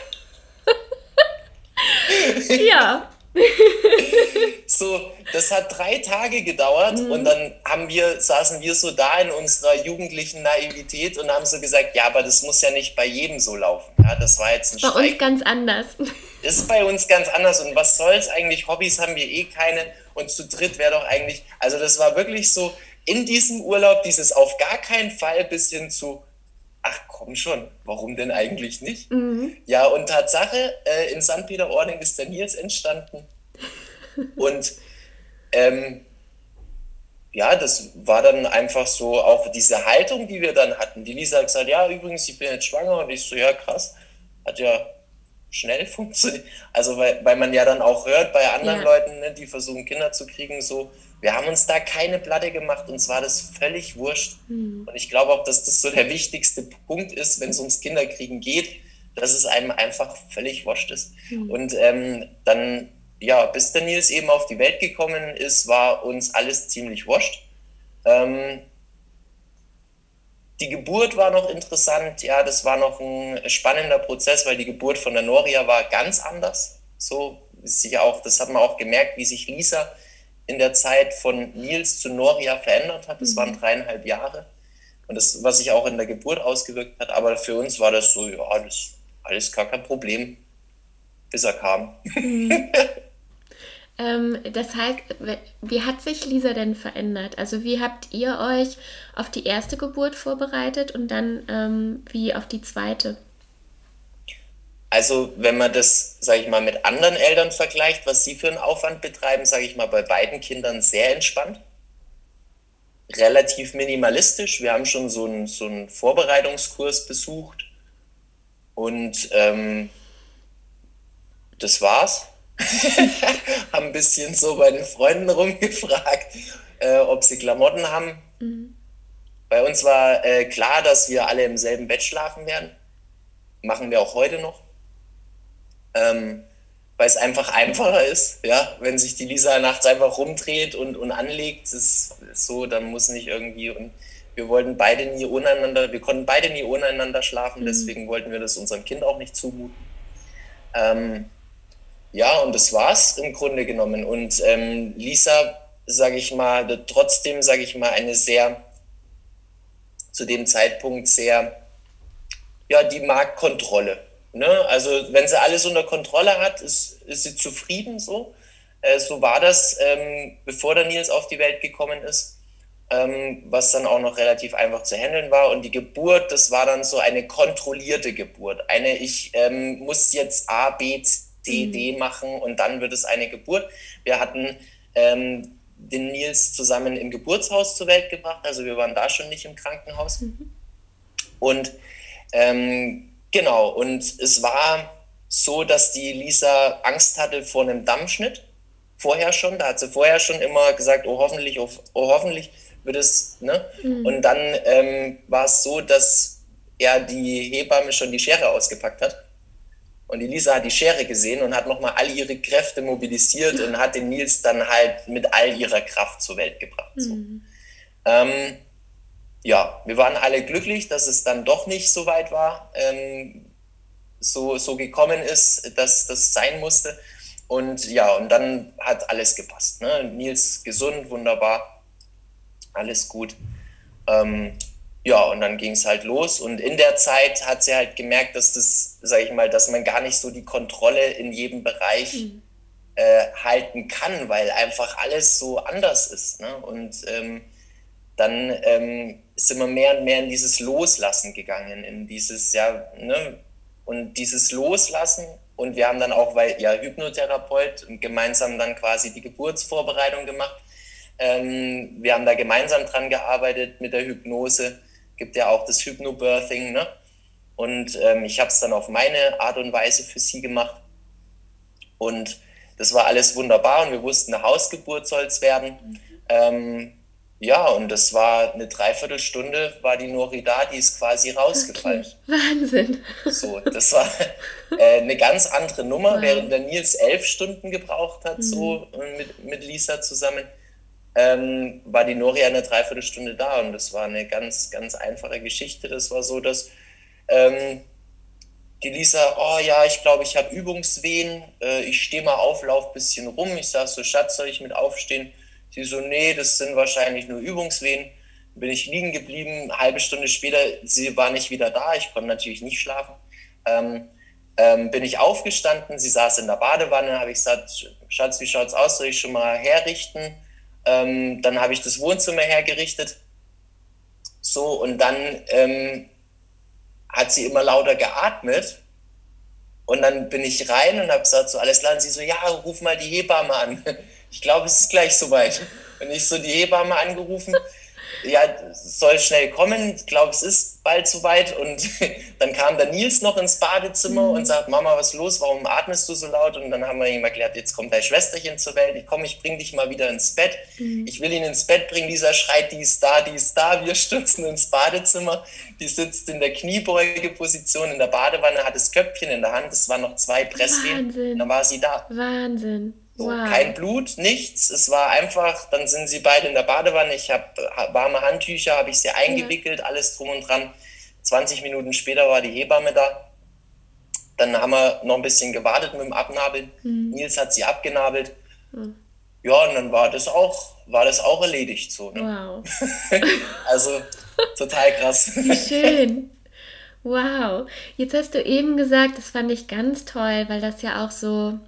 ja. So, das hat drei Tage gedauert mhm. und dann haben wir, saßen wir so da in unserer jugendlichen Naivität und haben so gesagt, ja, aber das muss ja nicht bei jedem so laufen. Ja, das war jetzt ein Bei Streik. Uns ganz anders. Ist bei uns ganz anders und was soll's eigentlich, Hobbys haben wir eh keine und zu dritt wäre doch eigentlich, also das war wirklich so, in diesem Urlaub dieses auf gar keinen Fall bis hin zu, ach komm schon, warum denn eigentlich nicht? Mhm. Ja, und Tatsache, äh, in Sankt Peter-Ording ist der Nils entstanden. Und ähm, ja, das war dann einfach so auch diese Haltung, die wir dann hatten. Die Lisa hat gesagt, ja, übrigens, ich bin jetzt schwanger. Und ich so, ja, krass, hat ja schnell funktioniert. Also weil, weil man ja dann auch hört bei anderen ja. Leuten, ne, die versuchen Kinder zu kriegen, so, wir haben uns da keine Platte gemacht, uns war das völlig wurscht. Mhm. Und ich glaube auch, dass das so der wichtigste Punkt ist, wenn es ums Kinderkriegen geht, dass es einem einfach völlig wurscht ist. Mhm. Und ähm, dann, ja, bis der Nils eben auf die Welt gekommen ist, war uns alles ziemlich wurscht. Ähm, die Geburt war noch interessant, ja, das war noch ein spannender Prozess, weil die Geburt von der Noria war ganz anders. So ist sich auch, das hat man auch gemerkt, wie sich Lisa in der Zeit von Nils zu Noria verändert hat. Das mhm. waren dreieinhalb Jahre. Und das, was sich auch in der Geburt ausgewirkt hat. Aber für uns war das so, ja, das alles gar kein Problem, bis er kam. Mhm. Ähm, das heißt, wie hat sich Lisa denn verändert? Also wie habt ihr euch auf die erste Geburt vorbereitet und dann ähm, wie auf die zweite? Also wenn man das, sage ich mal, mit anderen Eltern vergleicht, was sie für einen Aufwand betreiben, sage ich mal, bei beiden Kindern sehr entspannt. Relativ minimalistisch. Wir haben schon so einen, so einen Vorbereitungskurs besucht und ähm, das war's. Haben ein bisschen so bei den Freunden rumgefragt, äh, ob sie Klamotten haben. Mhm. Bei uns war äh, klar, dass wir alle im selben Bett schlafen werden. Machen wir auch heute noch. Ähm, weil es einfach einfacher ist, ja, wenn sich die Lisa nachts einfach rumdreht und, und anlegt, ist so, dann muss nicht irgendwie, und wir wollten beide nie untereinander, wir konnten beide nie untereinander schlafen, mhm. deswegen wollten wir das unserem Kind auch nicht zumuten. Ähm, ja, und das war's im Grunde genommen. Und ähm, Lisa, sage ich mal, trotzdem, sage ich mal, eine sehr, zu dem Zeitpunkt sehr, ja, die mag Kontrolle. Ne? Also wenn sie alles unter Kontrolle hat, ist, ist sie zufrieden so. Äh, so war das, ähm, bevor der Nils auf die Welt gekommen ist, ähm, was dann auch noch relativ einfach zu handeln war. Und die Geburt, das war dann so eine kontrollierte Geburt. Eine, ich ähm, muss jetzt A, B, C, D machen und dann wird es eine Geburt. Wir hatten ähm, den Nils zusammen im Geburtshaus zur Welt gebracht, also wir waren da schon nicht im Krankenhaus. Mhm. Und ähm, genau, und es war so, dass die Lisa Angst hatte vor einem Dammschnitt, vorher schon, da hat sie vorher schon immer gesagt, oh hoffentlich, oh, oh hoffentlich wird es, ne? Mhm. Und dann ähm, war es so, dass ja die Hebamme schon die Schere ausgepackt hat. Und die Lisa hat die Schere gesehen und hat nochmal all ihre Kräfte mobilisiert und hat den Nils dann halt mit all ihrer Kraft zur Welt gebracht. So. Mhm. Ähm, ja, wir waren alle glücklich, dass es dann doch nicht so weit war, ähm, so, so gekommen ist, dass das sein musste. Und ja, und dann hat alles gepasst. Ne? Nils gesund, wunderbar, alles gut. Ähm, Ja, und dann ging es halt los und in der Zeit hat sie halt gemerkt, dass das, sage ich mal, dass man gar nicht so die Kontrolle in jedem Bereich mhm. äh, halten kann, weil einfach alles so anders ist. Ne? Und ähm, dann ähm, sind wir mehr und mehr in dieses Loslassen gegangen, in dieses, ja, ne? Und dieses Loslassen, und wir haben dann auch, weil ja Hypnotherapeut, gemeinsam dann quasi die Geburtsvorbereitung gemacht. Ähm, wir haben da gemeinsam dran gearbeitet mit der Hypnose. Gibt ja auch das Hypnobirthing, ne? Und ähm, ich habe es dann auf meine Art und Weise für sie gemacht. Und das war alles wunderbar und wir wussten, eine Hausgeburt soll es werden. Mhm. Ähm, ja, und das war eine Dreiviertelstunde, war die Nori da, die ist quasi rausgefallen. Okay. Wahnsinn. So, das war äh, eine ganz andere Nummer, wow. Während der Nils elf Stunden gebraucht hat, mhm. so mit, mit Lisa zusammen. Ähm, war die Nori eine Dreiviertelstunde da und das war eine ganz, ganz einfache Geschichte. Das war so, dass ähm, die Lisa, oh ja, ich glaube, ich habe Übungswehen, äh, ich stehe mal auf, lauf ein bisschen rum. Ich sage so, Schatz, soll ich mit aufstehen? Sie so, nee, das sind wahrscheinlich nur Übungswehen. Dann bin ich liegen geblieben, eine halbe Stunde später, sie war nicht wieder da, ich konnte natürlich nicht schlafen. Ähm, ähm, bin ich aufgestanden, sie saß in der Badewanne, habe ich gesagt, Schatz, wie schaut's aus, soll ich schon mal herrichten? Ähm, dann habe ich das Wohnzimmer hergerichtet. So, und dann ähm, hat sie immer lauter geatmet. Und dann bin ich rein und habe gesagt, so alles klar. Und sie so, ja, ruf mal die Hebamme an. Ich glaube, es ist gleich soweit. Und ich so die Hebamme angerufen. Ja, soll schnell kommen. Ich glaube, es ist bald soweit. Und dann kam der Nils noch ins Badezimmer mhm. und sagt, Mama, was ist los? Warum atmest du so laut? Und dann haben wir ihm erklärt, jetzt kommt dein Schwesterchen zur Welt. Ich komme, ich bring dich mal wieder ins Bett. Mhm. Ich will ihn ins Bett bringen. Dieser schreit, die ist da, die ist da. Wir stürzen ins Badezimmer. Die sitzt in der Kniebeugeposition in der Badewanne, hat das Köpfchen in der Hand. Es waren noch zwei Presswehen. Wahnsinn. Und dann war sie da. Wahnsinn. So, wow. Kein Blut, nichts. Es war einfach, dann sind sie beide in der Badewanne. Ich habe warme Handtücher, habe ich sie eingewickelt, ja. alles drum und dran. zwanzig Minuten später war die Hebamme da. Dann haben wir noch ein bisschen gewartet mit dem Abnabeln. Mhm. Nils hat sie abgenabelt. Mhm. Ja, und dann war das auch, war das auch erledigt. So, ne? Wow. Also total krass. Wie schön. Wow. Jetzt hast du eben gesagt, das fand ich ganz toll, weil das ja auch so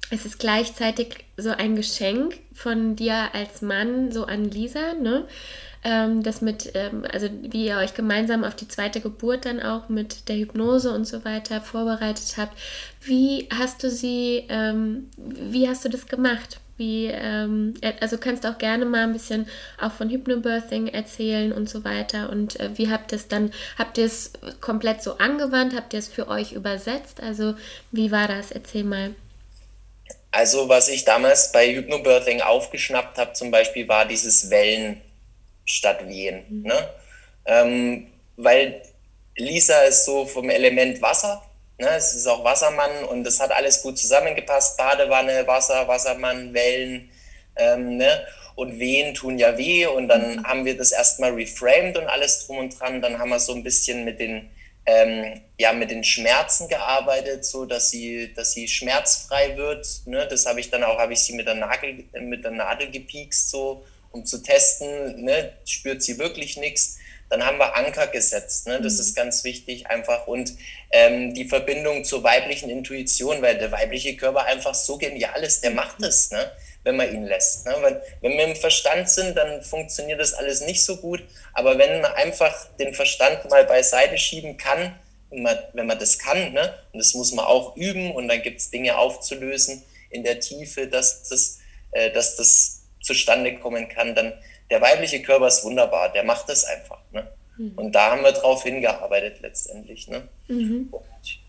es ist gleichzeitig so ein Geschenk von dir als Mann so an Lisa, ne? Ähm, das mit, ähm, also wie ihr euch gemeinsam auf die zweite Geburt dann auch mit der Hypnose und so weiter vorbereitet habt. Wie hast du sie, ähm, wie hast du das gemacht? Wie, ähm, also kannst auch gerne mal ein bisschen auch von Hypnobirthing erzählen und so weiter. Und äh, wie habt ihr es dann, habt ihr es komplett so angewandt? Habt ihr es für euch übersetzt? Also wie war das? Erzähl mal. Also was ich damals bei Hypnobirthing aufgeschnappt habe zum Beispiel, war dieses Wellen statt Wehen. Mhm. Ne? Ähm, weil Lisa ist so vom Element Wasser, ne? Es ist auch Wassermann und das hat alles gut zusammengepasst. Badewanne, Wasser, Wassermann, Wellen, ähm, ne? Und Wehen tun ja weh und dann mhm. haben wir das erstmal reframed und alles drum und dran. Dann haben wir so ein bisschen mit den Ähm, ja, mit den Schmerzen gearbeitet, so dass sie, dass sie schmerzfrei wird. Ne? Das habe ich dann auch, habe ich sie mit der Nadel, mit der Nadel gepiekst, so, um zu testen, ne? Spürt sie wirklich nichts. Dann haben wir Anker gesetzt, ne? Das mhm. ist ganz wichtig einfach. Und ähm, die Verbindung zur weiblichen Intuition, weil der weibliche Körper einfach so genial ist, der macht es, ne? Wenn man ihn lässt. Ne? Wenn, wenn wir im Verstand sind, dann funktioniert das alles nicht so gut. Aber wenn man einfach den Verstand mal beiseite schieben kann, wenn man, wenn man das kann, ne? Und das muss man auch üben und dann gibt es Dinge aufzulösen in der Tiefe, dass das, äh, dass das zustande kommen kann, dann der weibliche Körper ist wunderbar, der macht das einfach. Ne? Mhm. Und da haben wir drauf hingearbeitet letztendlich. Ne? Mhm. Und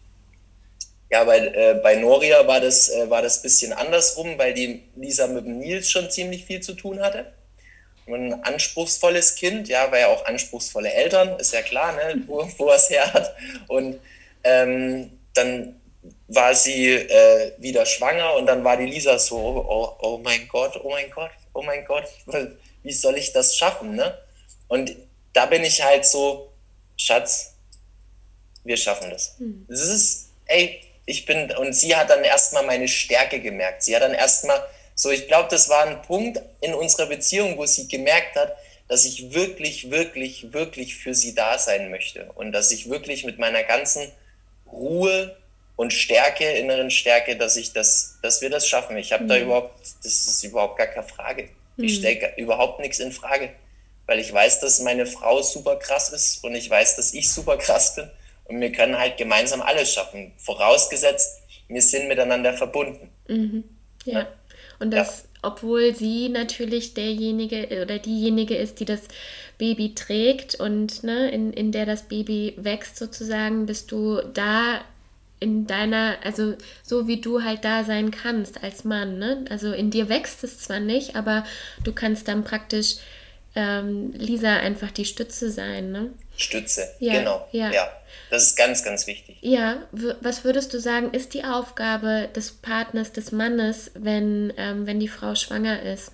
ja, bei, äh, bei Noria war das, äh, war das ein bisschen andersrum, weil die Lisa mit dem Nils schon ziemlich viel zu tun hatte. Und ein anspruchsvolles Kind, ja, weil ja auch anspruchsvolle Eltern, ist ja klar, ne, wo, wo er es her hat. Und ähm, dann war sie äh, wieder schwanger und dann war die Lisa so, oh, oh mein Gott, oh mein Gott, oh mein Gott, wie soll ich das schaffen, ne? Und da bin ich halt so, Schatz, wir schaffen das. Hm. Das ist, ey, ich bin, und sie hat dann erstmal meine Stärke gemerkt. Sie hat dann erstmal so, ich glaube, das war ein Punkt in unserer Beziehung, wo sie gemerkt hat, dass ich wirklich, wirklich, wirklich für sie da sein möchte und dass ich wirklich mit meiner ganzen Ruhe und Stärke, inneren Stärke, dass ich das, dass wir das schaffen. Ich habe mhm. da überhaupt, das ist überhaupt gar keine Frage. Mhm. Ich stelle überhaupt nichts in Frage, weil ich weiß, dass meine Frau super krass ist und ich weiß, dass ich super krass bin und wir können halt gemeinsam alles schaffen. Vorausgesetzt, wir sind miteinander verbunden. Mhm. Ja. ja. Und das, ja. obwohl sie natürlich derjenige oder diejenige ist, die das Baby trägt und ne, in, in der das Baby wächst sozusagen, bist du da in deiner, also so wie du halt da sein kannst als Mann, ne? Also in dir wächst es zwar nicht, aber du kannst dann praktisch ähm, Lisa einfach die Stütze sein, ne? Stütze, ja, genau, ja. ja. Das ist ganz, ganz wichtig. Ja, w- was würdest du sagen, ist die Aufgabe des Partners, des Mannes, wenn, ähm, wenn die Frau schwanger ist?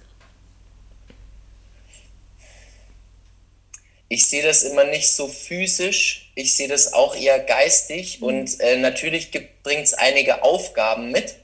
Ich sehe das immer nicht so physisch, ich sehe das auch eher geistig mhm. und äh, natürlich bringt es einige Aufgaben mit,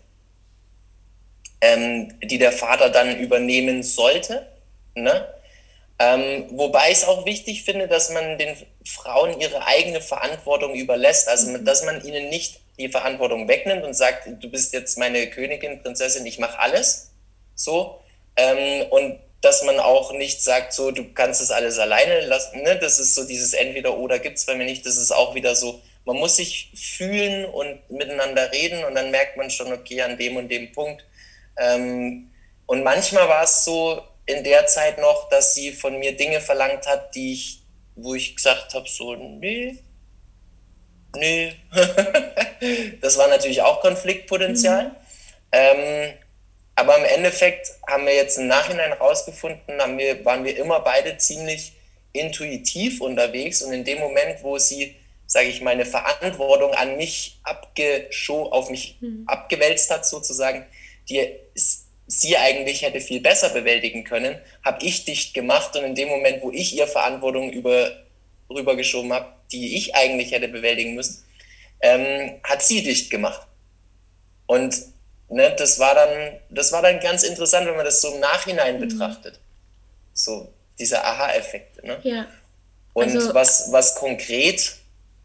ähm, die der Vater dann übernehmen sollte, ne? Ähm, wobei ich es auch wichtig finde, dass man den Frauen ihre eigene Verantwortung überlässt, also mhm. dass man ihnen nicht die Verantwortung wegnimmt und sagt, du bist jetzt meine Königin, Prinzessin, ich mache alles, so, ähm, und dass man auch nicht sagt, so, du kannst das alles alleine lassen, ne? Das ist so dieses Entweder-Oder gibt es bei mir nicht, das ist auch wieder so, man muss sich fühlen und miteinander reden und dann merkt man schon, okay, an dem und dem Punkt. Ähm, und manchmal war es so in der Zeit noch, dass sie von mir Dinge verlangt hat, die ich, wo ich gesagt habe, so, nee, nee. Das war natürlich auch Konfliktpotenzial. Mhm. Ähm, Aber im Endeffekt haben wir jetzt im Nachhinein rausgefunden, haben wir, waren wir immer beide ziemlich intuitiv unterwegs und in dem Moment, wo sie, sage ich mal, eine Verantwortung an mich abgescho- auf mich mhm. abgewälzt hat sozusagen, die sie eigentlich hätte viel besser bewältigen können, habe ich dicht gemacht und in dem Moment, wo ich ihr Verantwortung über, rübergeschoben habe, die ich eigentlich hätte bewältigen müssen, ähm, hat sie dicht gemacht. Und Ne, das war dann, das war dann ganz interessant, wenn man das so im Nachhinein mhm. betrachtet. So diese Aha-Effekte. Ne? Ja. Und also, was, was konkret,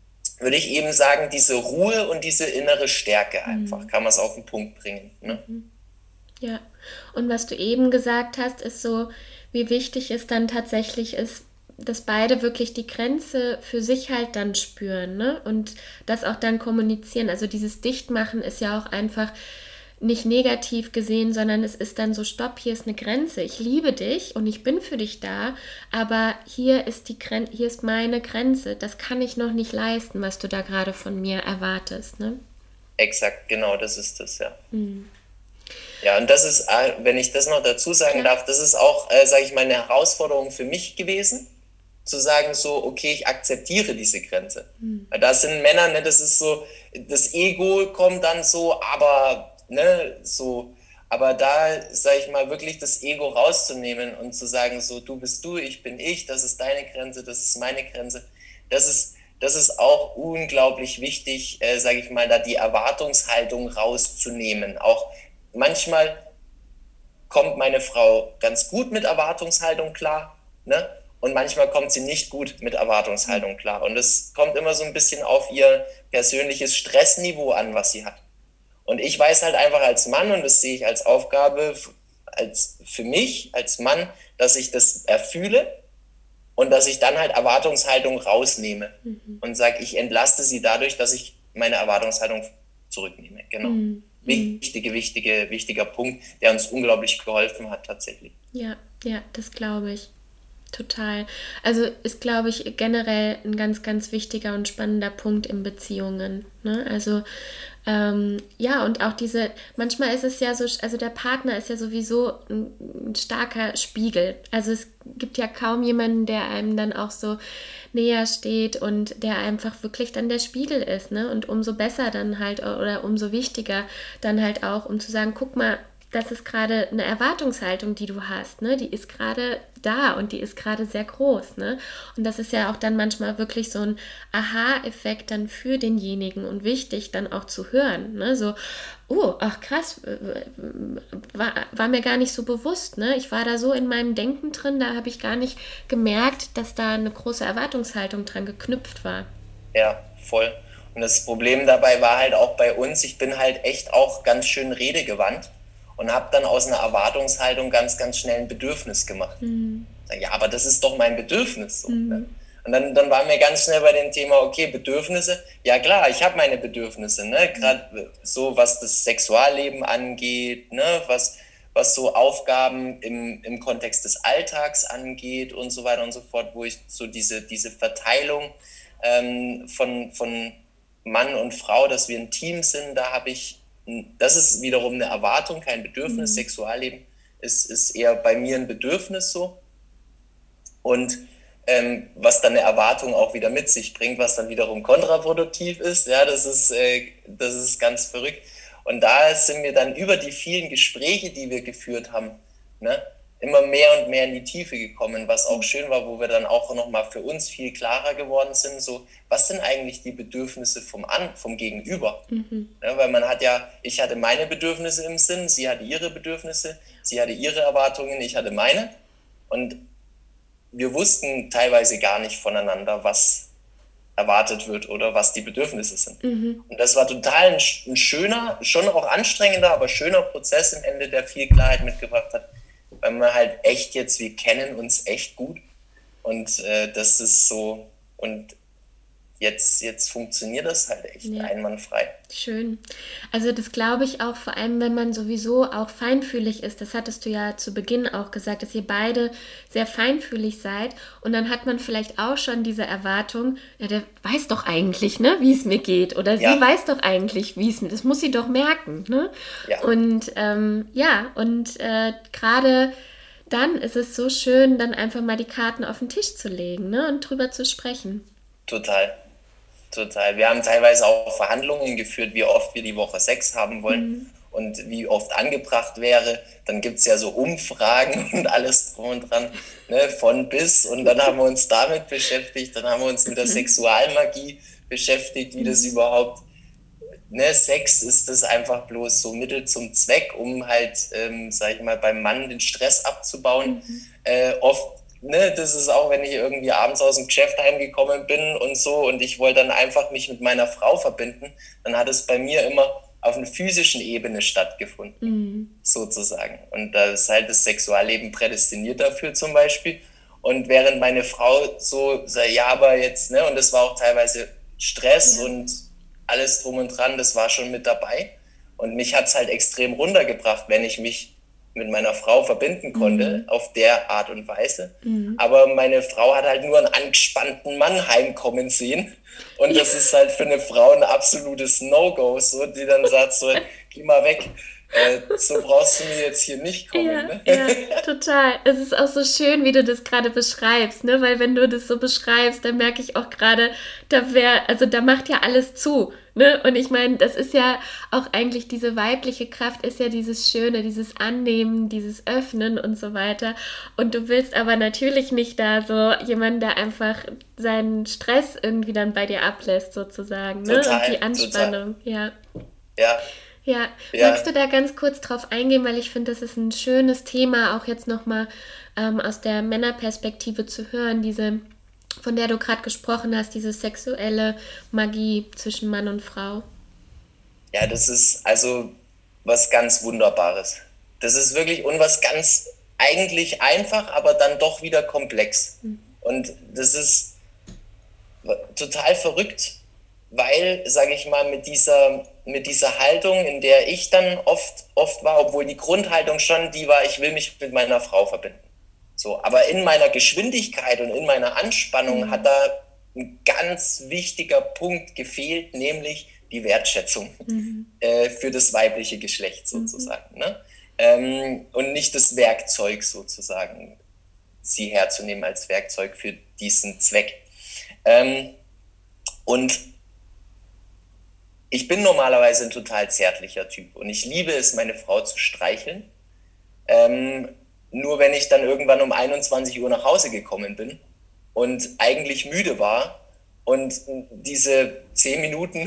würde ich eben sagen, diese Ruhe und diese innere Stärke einfach, mhm. kann man es auf den Punkt bringen. Ne? Ja, und was du eben gesagt hast, ist so, wie wichtig es dann tatsächlich ist, dass beide wirklich die Grenze für sich halt dann spüren, ne? Und das auch dann kommunizieren. Also dieses Dichtmachen ist ja auch einfach nicht negativ gesehen, sondern es ist dann so, stopp, hier ist eine Grenze. Ich liebe dich und ich bin für dich da, aber hier ist die Gren- hier ist meine Grenze. Das kann ich noch nicht leisten, was du da gerade von mir erwartest, ne? Exakt, genau, das ist das, ja. Mhm. Ja, und das ist, wenn ich das noch dazu sagen ja. darf, das ist auch, äh, sage ich mal, eine Herausforderung für mich gewesen, zu sagen so, okay, ich akzeptiere diese Grenze. Mhm. Weil da sind Männer, ne, das ist so, das Ego kommt dann so, aber, ne, so, aber da, sage ich mal, wirklich das Ego rauszunehmen und zu sagen so, du bist du, ich bin ich, das ist deine Grenze, das ist meine Grenze, das ist, das ist auch unglaublich wichtig, äh, sage ich mal, da die Erwartungshaltung rauszunehmen. Auch manchmal kommt meine Frau ganz gut mit Erwartungshaltung klar, ne? Und manchmal kommt sie nicht gut mit Erwartungshaltung klar. Und es kommt immer so ein bisschen auf ihr persönliches Stressniveau an, was sie hat. Und ich weiß halt einfach als Mann, und das sehe ich als Aufgabe als für mich, als Mann, dass ich das erfühle und dass ich dann halt Erwartungshaltung rausnehme mhm. und sage, ich entlaste sie dadurch, dass ich meine Erwartungshaltung zurücknehme. Genau. Mhm. Wichtige, wichtige, wichtiger Punkt, der uns unglaublich geholfen hat tatsächlich. Ja, ja, das glaube ich. Total. Also ist, glaube ich, generell ein ganz, ganz wichtiger und spannender Punkt in Beziehungen. Ne? Also ähm, ja, und auch diese, manchmal ist es ja so, also der Partner ist ja sowieso ein, ein starker Spiegel. Also es gibt ja kaum jemanden, der einem dann auch so näher steht und der einfach wirklich dann der Spiegel ist. Ne? Und umso besser dann halt oder umso wichtiger dann halt auch, um zu sagen, guck mal, das ist gerade eine Erwartungshaltung, die du hast, ne? Die ist gerade da und die ist gerade sehr groß, ne? Und das ist ja auch dann manchmal wirklich so ein Aha-Effekt dann für denjenigen und wichtig dann auch zu hören, ne? So, oh, ach krass, war, war mir gar nicht so bewusst, ne? Ich war da so in meinem Denken drin, da habe ich gar nicht gemerkt, dass da eine große Erwartungshaltung dran geknüpft war. Ja, voll. Und das Problem dabei war halt auch bei uns, ich bin halt echt auch ganz schön redegewandt. Und habe dann aus einer Erwartungshaltung ganz, ganz schnell ein Bedürfnis gemacht. Mhm. Ja, aber das ist doch mein Bedürfnis. So, mhm. ne? Und dann, dann waren wir ganz schnell bei dem Thema, okay, Bedürfnisse. Ja klar, ich habe meine Bedürfnisse, ne? Mhm. Gerade so, was das Sexualleben angeht, ne? was, was so Aufgaben im, im Kontext des Alltags angeht und so weiter und so fort, wo ich so diese, diese Verteilung ähm, von, von Mann und Frau, dass wir ein Team sind, da habe ich das ist wiederum eine Erwartung, kein Bedürfnis. Mhm. Sexualleben ist, ist eher bei mir ein Bedürfnis so. Und ähm, was dann eine Erwartung auch wieder mit sich bringt, was dann wiederum kontraproduktiv ist, ja, das ist, äh, das ist ganz verrückt. Und da sind wir dann über die vielen Gespräche, die wir geführt haben, ne, immer mehr und mehr in die Tiefe gekommen, was auch schön war, wo wir dann auch nochmal für uns viel klarer geworden sind, so, was sind eigentlich die Bedürfnisse vom, An, vom Gegenüber? Mhm. Ja, weil man hat ja, ich hatte meine Bedürfnisse im Sinn, sie hatte ihre Bedürfnisse, sie hatte ihre Erwartungen, ich hatte meine und wir wussten teilweise gar nicht voneinander, was erwartet wird oder was die Bedürfnisse sind. Mhm. Und das war total ein, ein schöner, schon auch anstrengender, aber schöner Prozess im Ende, der viel Klarheit mitgebracht hat, weil man halt echt jetzt, wir kennen uns echt gut und äh, das ist so, und jetzt, jetzt funktioniert das halt echt ja. einwandfrei. Schön. Also das glaube ich auch, vor allem wenn man sowieso auch feinfühlig ist, das hattest du ja zu Beginn auch gesagt, dass ihr beide sehr feinfühlig seid und dann hat man vielleicht auch schon diese Erwartung, ja, der weiß doch eigentlich, ne, wie es mir geht oder ja. sie weiß doch eigentlich, wie es mir, das muss sie doch merken, ne? Ja. Und ähm, ja, und äh, gerade dann ist es so schön, dann einfach mal die Karten auf den Tisch zu legen, ne, und drüber zu sprechen. Total. Total. Wir haben teilweise auch Verhandlungen geführt, wie oft wir die Woche Sex haben wollen mhm. und wie oft angebracht wäre. Dann gibt es ja so Umfragen und alles drum und dran, ne, von bis. Und dann haben wir uns damit beschäftigt, dann haben wir uns mit der Sexualmagie beschäftigt, wie das überhaupt, ne, Sex ist das einfach bloß so Mittel zum Zweck, um halt, ähm, sag ich mal, beim Mann den Stress abzubauen. Mhm. Äh, oft ne, das ist auch, wenn ich irgendwie abends aus dem Geschäft heimgekommen bin und so und ich wollte dann einfach mich mit meiner Frau verbinden, dann hat es bei mir immer auf einer physischen Ebene stattgefunden, mhm. sozusagen. Und da ist halt das Sexualleben prädestiniert dafür zum Beispiel. Und während meine Frau so, so ja, aber jetzt, ne, und das war auch teilweise Stress ja. und alles drum und dran, das war schon mit dabei. Und mich hat es halt extrem runtergebracht, wenn ich mich mit meiner Frau verbinden konnte, mhm. auf der Art und Weise. Mhm. Aber meine Frau hat halt nur einen angespannten Mann heimkommen sehen. Und das ist halt für eine Frau ein absolutes No-Go, so, die dann sagt so, geh mal weg. Äh, so brauchst du mir jetzt hier nicht kommen. Ja, ne? ja, total. Es ist auch so schön, wie du das gerade beschreibst, ne? Weil wenn du das so beschreibst, dann merke ich auch gerade, da wäre, also da macht ja alles zu, ne? Und ich meine, das ist ja auch eigentlich diese weibliche Kraft, ist ja dieses Schöne, dieses Annehmen, dieses Öffnen und so weiter. Und du willst aber natürlich nicht da so jemanden, der einfach seinen Stress irgendwie dann bei dir ablässt, sozusagen, ne? Total, und die Anspannung, total. ja. Ja. Ja. ja, magst du da ganz kurz drauf eingehen, weil ich finde, das ist ein schönes Thema, auch jetzt nochmal ähm, aus der Männerperspektive zu hören, diese, von der du gerade gesprochen hast, diese sexuelle Magie zwischen Mann und Frau. Ja, das ist also was ganz Wunderbares. Das ist wirklich und was ganz eigentlich einfach, aber dann doch wieder komplex. Mhm. Und das ist total verrückt, weil, sage ich mal, mit dieser, mit dieser Haltung, in der ich dann oft, oft war, obwohl die Grundhaltung schon die war, ich will mich mit meiner Frau verbinden. So, aber in meiner Geschwindigkeit und in meiner Anspannung mhm. hat da ein ganz wichtiger Punkt gefehlt, nämlich die Wertschätzung mhm. äh, für das weibliche Geschlecht sozusagen. Mhm. Ne? Ähm, und nicht das Werkzeug sozusagen, sie herzunehmen als Werkzeug für diesen Zweck. Ähm, und ich bin normalerweise ein total zärtlicher Typ und ich liebe es, meine Frau zu streicheln. Ähm, nur wenn ich dann irgendwann um einundzwanzig Uhr nach Hause gekommen bin und eigentlich müde war und diese zehn Minuten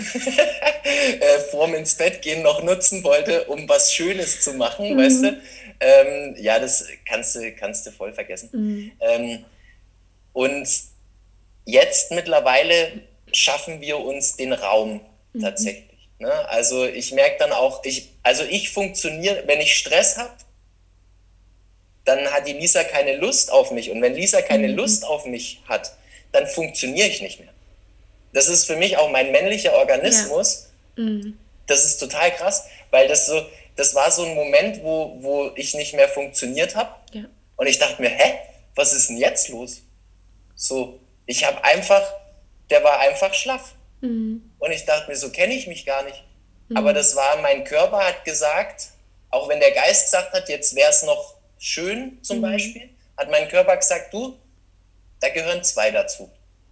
vorm ins Bett gehen noch nutzen wollte, um was Schönes zu machen, mhm. weißt du, ähm, ja, das kannst du, kannst du voll vergessen. Mhm. Ähm, und jetzt mittlerweile schaffen wir uns den Raum tatsächlich. Mhm. Ne? Also ich merke dann auch, ich, also ich funktioniere, wenn ich Stress habe, dann hat die Lisa keine Lust auf mich. Und wenn Lisa keine mhm. Lust auf mich hat, dann funktioniere ich nicht mehr. Das ist für mich auch mein männlicher Organismus. Ja. Mhm. Das ist total krass, weil das so, das war so ein Moment, wo, wo ich nicht mehr funktioniert habe. Ja. Und ich dachte mir, hä, was ist denn jetzt los? So, ich habe einfach, der war einfach schlaff. Mhm. Und ich dachte mir, so kenne ich mich gar nicht. Mhm. Aber das war, mein Körper hat gesagt, auch wenn der Geist gesagt hat, jetzt wäre es noch schön zum mhm. Beispiel, hat mein Körper gesagt, du, da gehören zwei dazu.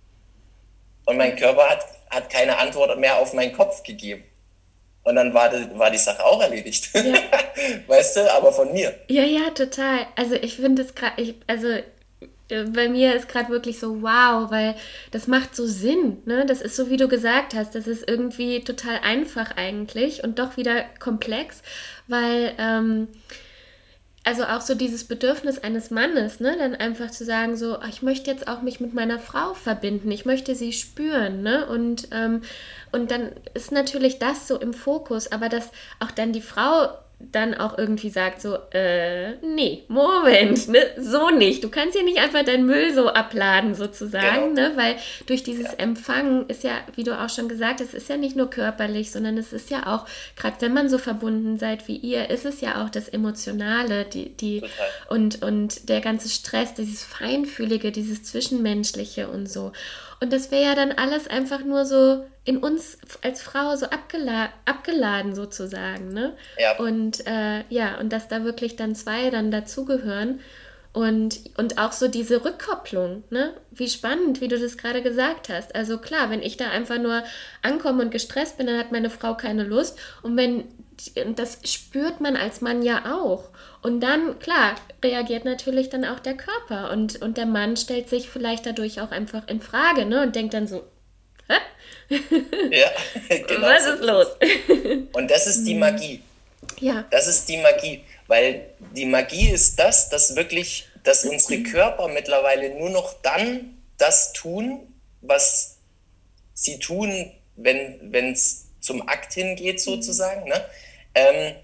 Und mein Körper hat, hat keine Antwort mehr auf meinen Kopf gegeben. Und dann war die, war die Sache auch erledigt. Ja. Weißt du, aber von mir. Ja, ja, total. Also ich finde es gerade, also bei mir ist gerade wirklich so wow, weil das macht so Sinn, ne? Das ist so, wie du gesagt hast, das ist irgendwie total einfach eigentlich und doch wieder komplex, weil ähm, also auch so dieses Bedürfnis eines Mannes, ne, dann einfach zu sagen so, ich möchte jetzt auch mich mit meiner Frau verbinden, ich möchte sie spüren, ne, und ähm, und dann ist natürlich das so im Fokus, aber dass auch dann die Frau dann auch irgendwie sagt so, äh, nee, Moment, ne, so nicht. Du kannst ja nicht einfach deinen Müll so abladen sozusagen, genau. ne, weil durch dieses ja. Empfangen ist ja, wie du auch schon gesagt hast, es ist ja nicht nur körperlich, sondern es ist ja auch, gerade wenn man so verbunden seid wie ihr, ist es ja auch das Emotionale, die, die und, und der ganze Stress, dieses Feinfühlige, dieses Zwischenmenschliche und so. Und das wäre ja dann alles einfach nur so in uns als Frau so abgela- abgeladen sozusagen, ne? Ja. Und äh, ja, und dass da wirklich dann zwei dann dazugehören und, und auch so diese Rückkopplung, ne? Wie spannend, wie du das gerade gesagt hast. Also klar, wenn ich da einfach nur ankomme und gestresst bin, dann hat meine Frau keine Lust. Und wenn, und das spürt man als Mann ja auch. Und dann, klar, reagiert natürlich dann auch der Körper. Und, und der Mann stellt sich vielleicht dadurch auch einfach in Frage, ne? Und denkt dann so, hä? Ja, genau. Was ist los? Und das ist die Magie. Ja. Das ist die Magie. Weil die Magie ist das, dass wirklich dass unsere Körper mittlerweile nur noch dann das tun, was sie tun, wenn es zum Akt hingeht sozusagen, ne? ähm,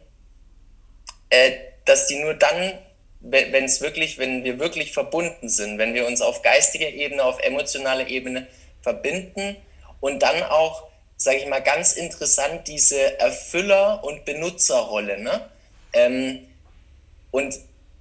äh, dass die nur dann, wenn es wirklich, wenn wir wirklich verbunden sind, wenn wir uns auf geistiger Ebene, auf emotionaler Ebene verbinden und dann auch, sage ich mal, ganz interessant diese Erfüller- und Benutzerrolle, ne? Ähm, und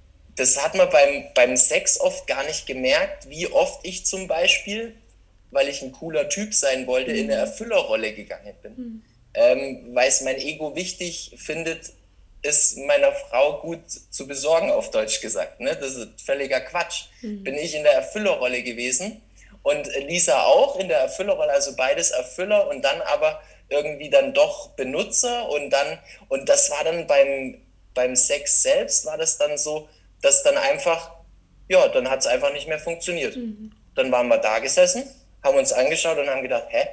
das hat man beim, beim Sex oft gar nicht gemerkt, wie oft ich zum Beispiel, weil ich ein cooler Typ sein wollte, mhm. in eine Erfüllerrolle gegangen bin. Mhm. Ähm, weil es mein Ego wichtig findet, ist meiner Frau gut zu besorgen, auf Deutsch gesagt. Ne? Das ist völliger Quatsch. Mhm. Bin ich in der Erfüllerrolle gewesen und Lisa auch in der Erfüllerrolle, also beides Erfüller und dann aber irgendwie dann doch Benutzer und dann, und das war dann beim, beim Sex selbst, war das dann so, dass dann einfach, ja, dann hat es einfach nicht mehr funktioniert. Mhm. Dann waren wir da gesessen, haben uns angeschaut und haben gedacht, hä?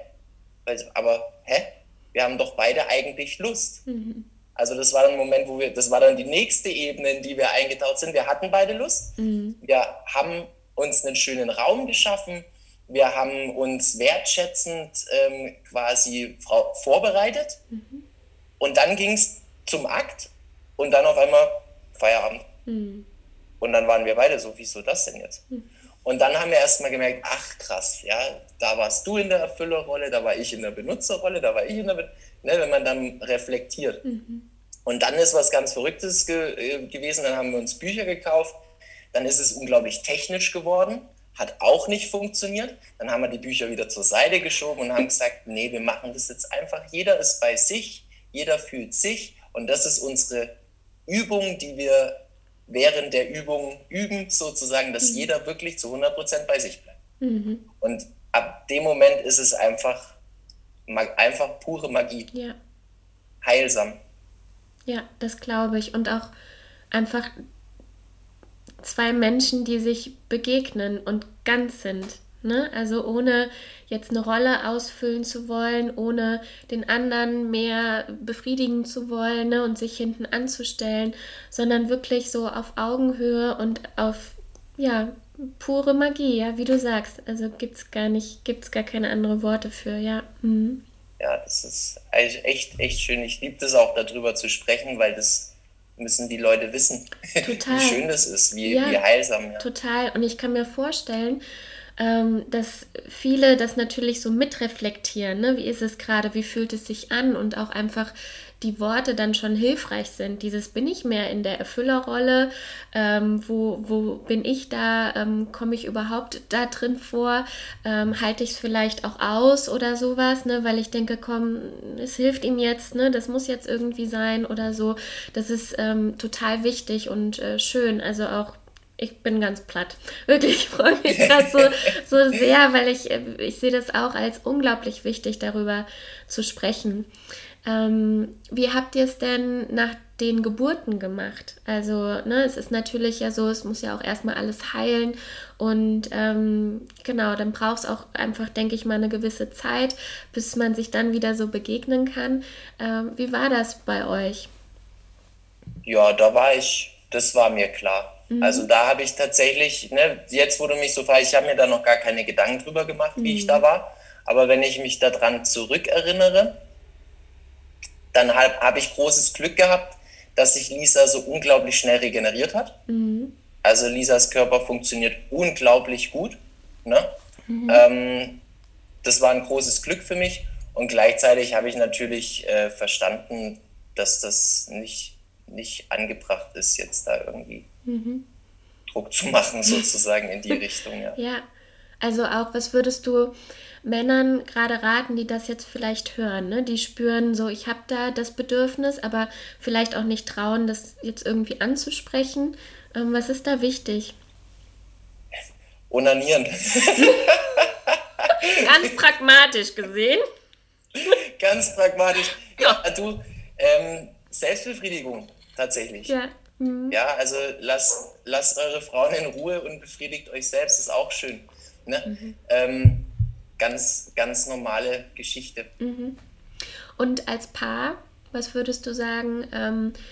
Aber, hä? Wir haben doch beide eigentlich Lust. Mhm. Also das war dann ein Moment, wo wir, das war dann die nächste Ebene, in die wir eingetaucht sind. Wir hatten beide Lust. Mhm. Wir haben uns einen schönen Raum geschaffen. Wir haben uns wertschätzend ähm, quasi vorbereitet. Mhm. Und dann ging es zum Akt und dann auf einmal Feierabend. Mhm. Und dann waren wir beide so, wieso das denn jetzt? Mhm. Und dann haben wir erstmal gemerkt, ach krass, ja, da warst du in der Erfüllerrolle, da war ich in der Benutzerrolle, da war ich in der, Be- ne, wenn man dann reflektiert. Mhm. Und dann ist was ganz Verrücktes ge- gewesen, dann haben wir uns Bücher gekauft, dann ist es unglaublich technisch geworden, hat auch nicht funktioniert, dann haben wir die Bücher wieder zur Seite geschoben und haben gesagt, nee, wir machen das jetzt einfach, jeder ist bei sich, jeder fühlt sich und das ist unsere Übung, die wir während der Übung üben, sozusagen, dass mhm. jeder wirklich zu hundert Prozent bei sich bleibt. Mhm. Und ab dem Moment ist es einfach, einfach pure Magie. Ja. Heilsam. Ja, das glaube ich. Und auch einfach zwei Menschen, die sich begegnen und ganz sind. Ne? Also ohne jetzt eine Rolle ausfüllen zu wollen, ohne den anderen mehr befriedigen zu wollen, ne? Und sich hinten anzustellen, sondern wirklich so auf Augenhöhe und auf, ja, pure Magie, ja, wie du sagst. Also gibt's gar nicht, gibt's gar keine anderen Worte für, ja. Mhm. Ja, das ist echt, echt schön. Ich liebe das auch, darüber zu sprechen, weil das müssen die Leute wissen, total. Wie schön das ist, wie, ja, wie heilsam. Ja. Total. Und ich kann mir vorstellen, ähm, dass viele das natürlich so mitreflektieren. Ne? Wie ist es gerade? Wie fühlt es sich an? Und auch einfach die Worte dann schon hilfreich sind. Dieses, bin ich mehr in der Erfüllerrolle? Ähm, wo, wo bin ich da? Ähm, komme ich überhaupt da drin vor? Ähm, halte ich es vielleicht auch aus oder sowas? Ne? Weil ich denke, komm, es hilft ihm jetzt, ne? Das muss jetzt irgendwie sein oder so. Das ist ähm, total wichtig und äh, schön. Also auch ich bin ganz platt. Wirklich, ich freue mich gerade so, so sehr, weil ich, ich sehe das auch als unglaublich wichtig, darüber zu sprechen. Ähm, wie habt ihr es denn nach den Geburten gemacht? Also, ne, es ist natürlich ja so, es muss ja auch erstmal alles heilen und ähm, genau, dann braucht es auch einfach, denke ich mal, eine gewisse Zeit, bis man sich dann wieder so begegnen kann. Ähm, wie war das bei euch? Ja, da war ich, das war mir klar. Mhm. Also da habe ich tatsächlich, ne, jetzt wo du mich so fragst, ich habe mir da noch gar keine Gedanken drüber gemacht, mhm. wie ich da war, aber wenn ich mich daran zurückerinnere, dann habe hab ich großes Glück gehabt, dass sich Lisa so unglaublich schnell regeneriert hat. Mhm. Also Lisas Körper funktioniert unglaublich gut. Ne? Mhm. Ähm, das war ein großes Glück für mich und gleichzeitig habe ich natürlich äh, verstanden, dass das nicht, nicht angebracht ist, jetzt da irgendwie mhm. Druck zu machen, sozusagen in die Richtung. Ja. Ja, also auch, was würdest du Männern gerade raten, die das jetzt vielleicht hören, ne? Die spüren so, ich habe da das Bedürfnis, aber vielleicht auch nicht trauen, das jetzt irgendwie anzusprechen. Ähm, was ist da wichtig? Onanieren. Ganz pragmatisch gesehen. Ganz pragmatisch. Ja, du, ähm, Selbstbefriedigung tatsächlich. Ja. Mhm. Ja, also lasst, lasst eure Frauen in Ruhe und befriedigt euch selbst, ist auch schön. Ne? Mhm. Ähm, ganz, ganz normale Geschichte. Mhm. Und als Paar, was würdest du sagen, ähm,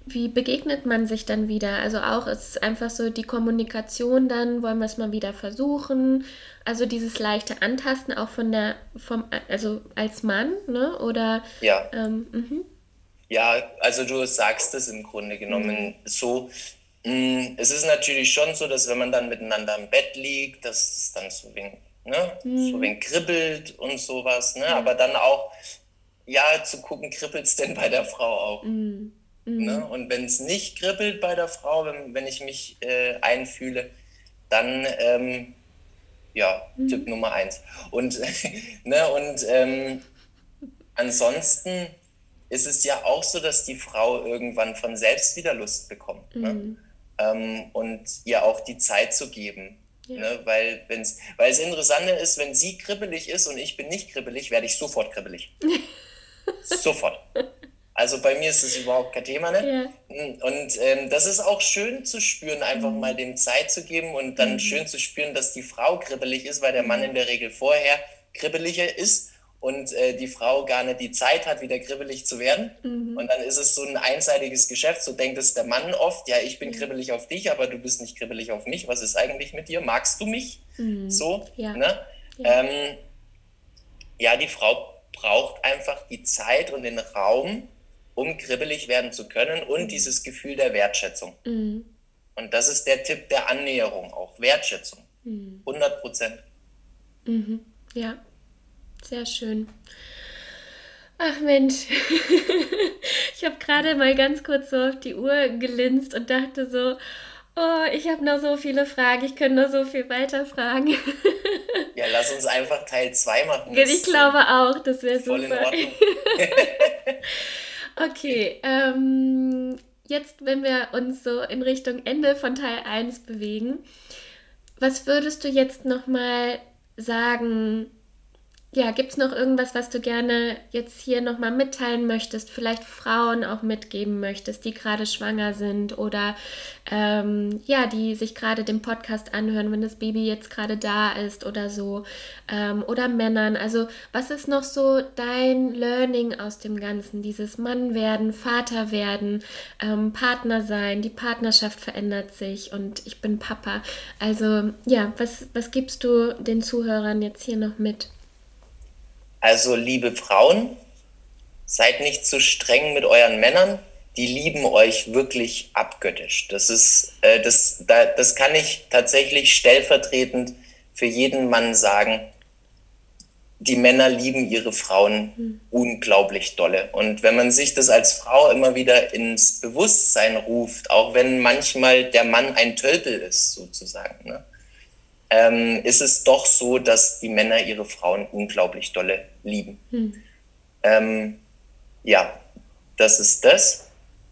wie begegnet man sich dann wieder? Also auch ist es einfach so die Kommunikation dann, wollen wir es mal wieder versuchen? Also dieses leichte Antasten auch von der, vom, also als Mann, ne? Oder Ja, ähm, mhm. ja, also du sagst es im Grunde genommen Mhm. so. mh, Es ist natürlich schon so, dass wenn man dann miteinander im Bett liegt, dass es dann so wenig, ne, so Mhm. wenig kribbelt und sowas, ne? Ja. Aber dann auch, ja, zu gucken, kribbelt es denn bei der Frau auch? Mhm. Ne? Mhm. Und wenn es nicht kribbelt bei der Frau, wenn, wenn ich mich äh, einfühle, dann ähm, ja, Tipp Mhm. Nummer eins. Und, ne, und ähm, ansonsten ist es ja auch so, dass die Frau irgendwann von selbst wieder Lust bekommt. Ne? Mhm. Ähm, und ihr auch die Zeit zu geben. Ja. Ne? Weil, wenn's, weil das Interessante ist, wenn sie kribbelig ist und ich bin nicht kribbelig, werde ich sofort kribbelig. Sofort. Also bei mir ist es überhaupt kein Thema, ne? Ja. Und ähm, das ist auch schön zu spüren, einfach mal Mhm. dem Zeit zu geben und dann Mhm. schön zu spüren, dass die Frau kribbelig ist, weil der Mann in Mhm. der Regel vorher kribbeliger ist und äh, die Frau gar nicht die Zeit hat, wieder kribbelig zu werden. Mhm. Und dann ist es so ein einseitiges Geschäft, so denkt es der Mann oft, ja, ich bin Ja. kribbelig auf dich, aber du bist nicht kribbelig auf mich. Was ist eigentlich mit dir? Magst du mich? Mhm. So, Ja. ne? Ja. Ähm, ja, die Frau braucht einfach die Zeit und den Raum, um kribbelig werden zu können und Mhm. dieses Gefühl der Wertschätzung. Mhm. Und das ist der Tipp der Annäherung auch. Wertschätzung. Mhm. hundert Prozent. Mhm. Ja, sehr schön. Ach Mensch, ich habe gerade mal ganz kurz so auf die Uhr gelinst und dachte so, oh, ich habe noch so viele Fragen, ich könnte noch so viel weiter fragen. Ja, lass uns einfach Teil zwei machen. Ich Ist äh, glaube auch, das wäre voll in super. Ordnung. Okay, ähm, jetzt, wenn wir uns so in Richtung Ende von Teil eins bewegen, was würdest du jetzt nochmal sagen? Ja, gibt es noch irgendwas, was du gerne jetzt hier nochmal mitteilen möchtest? Vielleicht Frauen auch mitgeben möchtest, die gerade schwanger sind oder ähm, ja, die sich gerade den Podcast anhören, wenn das Baby jetzt gerade da ist oder so. Ähm, oder Männern. Also, was ist noch so dein Learning aus dem Ganzen? Dieses Mann werden, Vater werden, ähm, Partner sein, die Partnerschaft verändert sich und ich bin Papa. Also, ja, was, was gibst du den Zuhörern jetzt hier noch mit? Also, liebe Frauen, seid nicht zu streng mit euren Männern. Die lieben euch wirklich abgöttisch. Das ist, äh, das, da, das kann ich tatsächlich stellvertretend für jeden Mann sagen. Die Männer lieben ihre Frauen Hm. unglaublich dolle. Und wenn man sich das als Frau immer wieder ins Bewusstsein ruft, auch wenn manchmal der Mann ein Tölpel ist, sozusagen, ne, ähm, ist es doch so, dass die Männer ihre Frauen unglaublich dolle lieben. Hm. Ähm, ja, das ist das.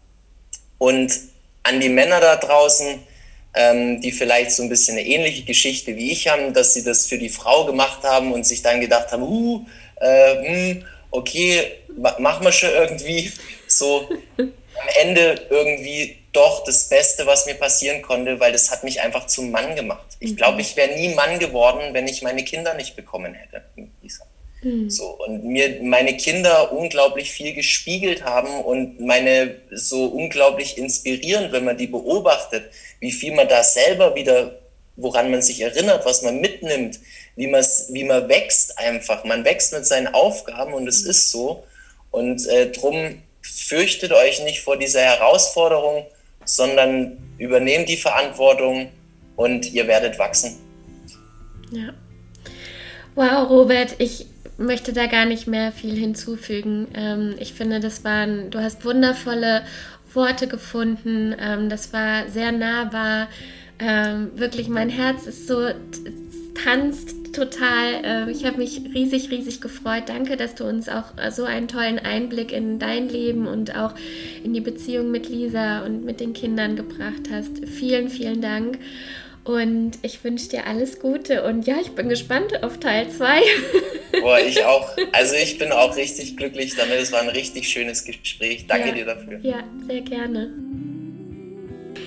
Und an die Männer da draußen, ähm, die vielleicht so ein bisschen eine ähnliche Geschichte wie ich haben, dass sie das für die Frau gemacht haben und sich dann gedacht haben, uh, äh, mh, okay, ma- machen wir schon irgendwie so am Ende irgendwie doch das Beste, was mir passieren konnte, weil das hat mich einfach zum Mann gemacht. Ich glaube, ich wäre nie Mann geworden, wenn ich meine Kinder nicht bekommen hätte. Lisa. Hm. So, und mir meine Kinder unglaublich viel gespiegelt haben und meine so unglaublich inspirierend, wenn man die beobachtet, wie viel man da selber wieder, woran man sich erinnert, was man mitnimmt, wie man, wie man wächst einfach. Man wächst mit seinen Aufgaben und es ist so. Und äh, drum fürchtet euch nicht vor dieser Herausforderung, sondern übernehmt die Verantwortung und ihr werdet wachsen. Ja. Wow, Robert, ich möchte da gar nicht mehr viel hinzufügen. Ähm, ich finde, das waren, du hast wundervolle Worte gefunden. Ähm, das war sehr nahbar. Ähm, wirklich, mein Herz ist so, es tanzt total. Ähm, ich habe mich riesig, riesig gefreut. Danke, dass du uns auch so einen tollen Einblick in dein Leben und auch in die Beziehung mit Lisa und mit den Kindern gebracht hast. Vielen, vielen Dank. Und ich wünsche dir alles Gute und ja, ich bin gespannt auf Teil zwei. Boah, ich auch. Also ich bin auch richtig glücklich damit. Es war ein richtig schönes Gespräch. Danke Ja, dir dafür. ja, sehr gerne.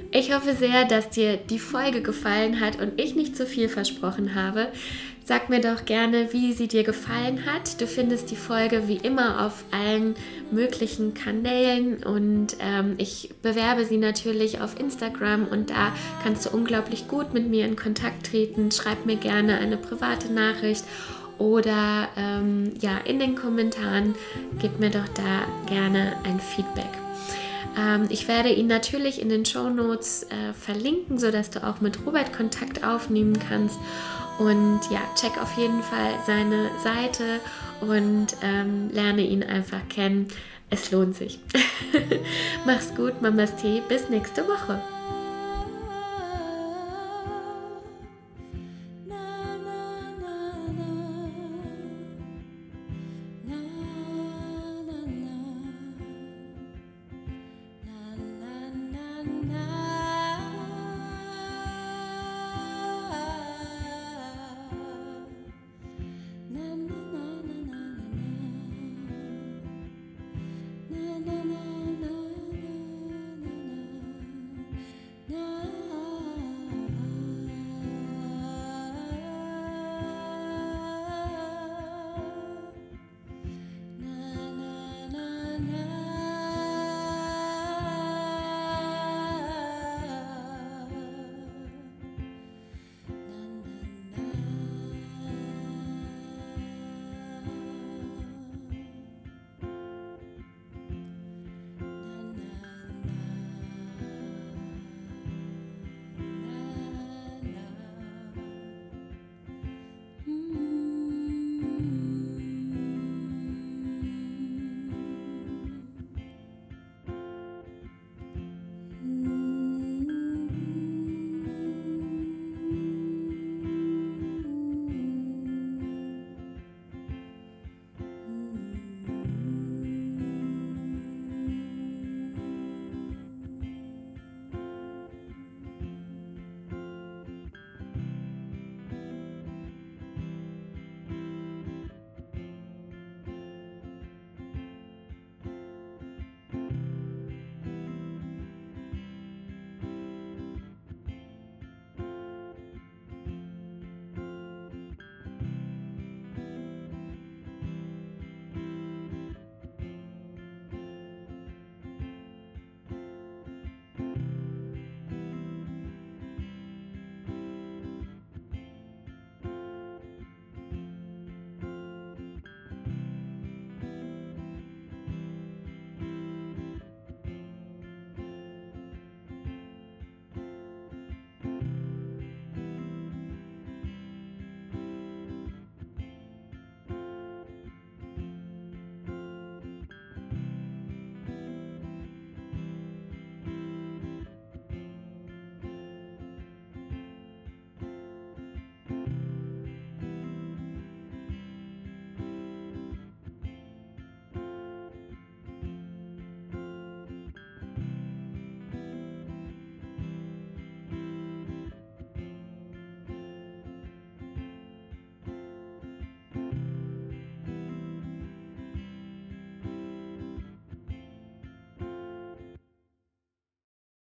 Ich hoffe sehr, dass dir die Folge gefallen hat und ich nicht zu viel versprochen habe. Sag mir doch gerne, wie sie dir gefallen hat. Du findest die Folge wie immer auf allen möglichen Kanälen und ähm, ich bewerbe sie natürlich auf Instagram und da kannst du unglaublich gut mit mir in Kontakt treten. Schreib mir gerne eine private Nachricht oder ähm, ja, in den Kommentaren gib mir doch da gerne ein Feedback. Ähm, ich werde ihn natürlich in den Shownotes äh, verlinken, sodass du auch mit Robert Kontakt aufnehmen kannst. Und ja, check auf jeden Fall seine Seite und ähm, lerne ihn einfach kennen. Es lohnt sich. Mach's gut, Mamas Tee. Bis nächste Woche.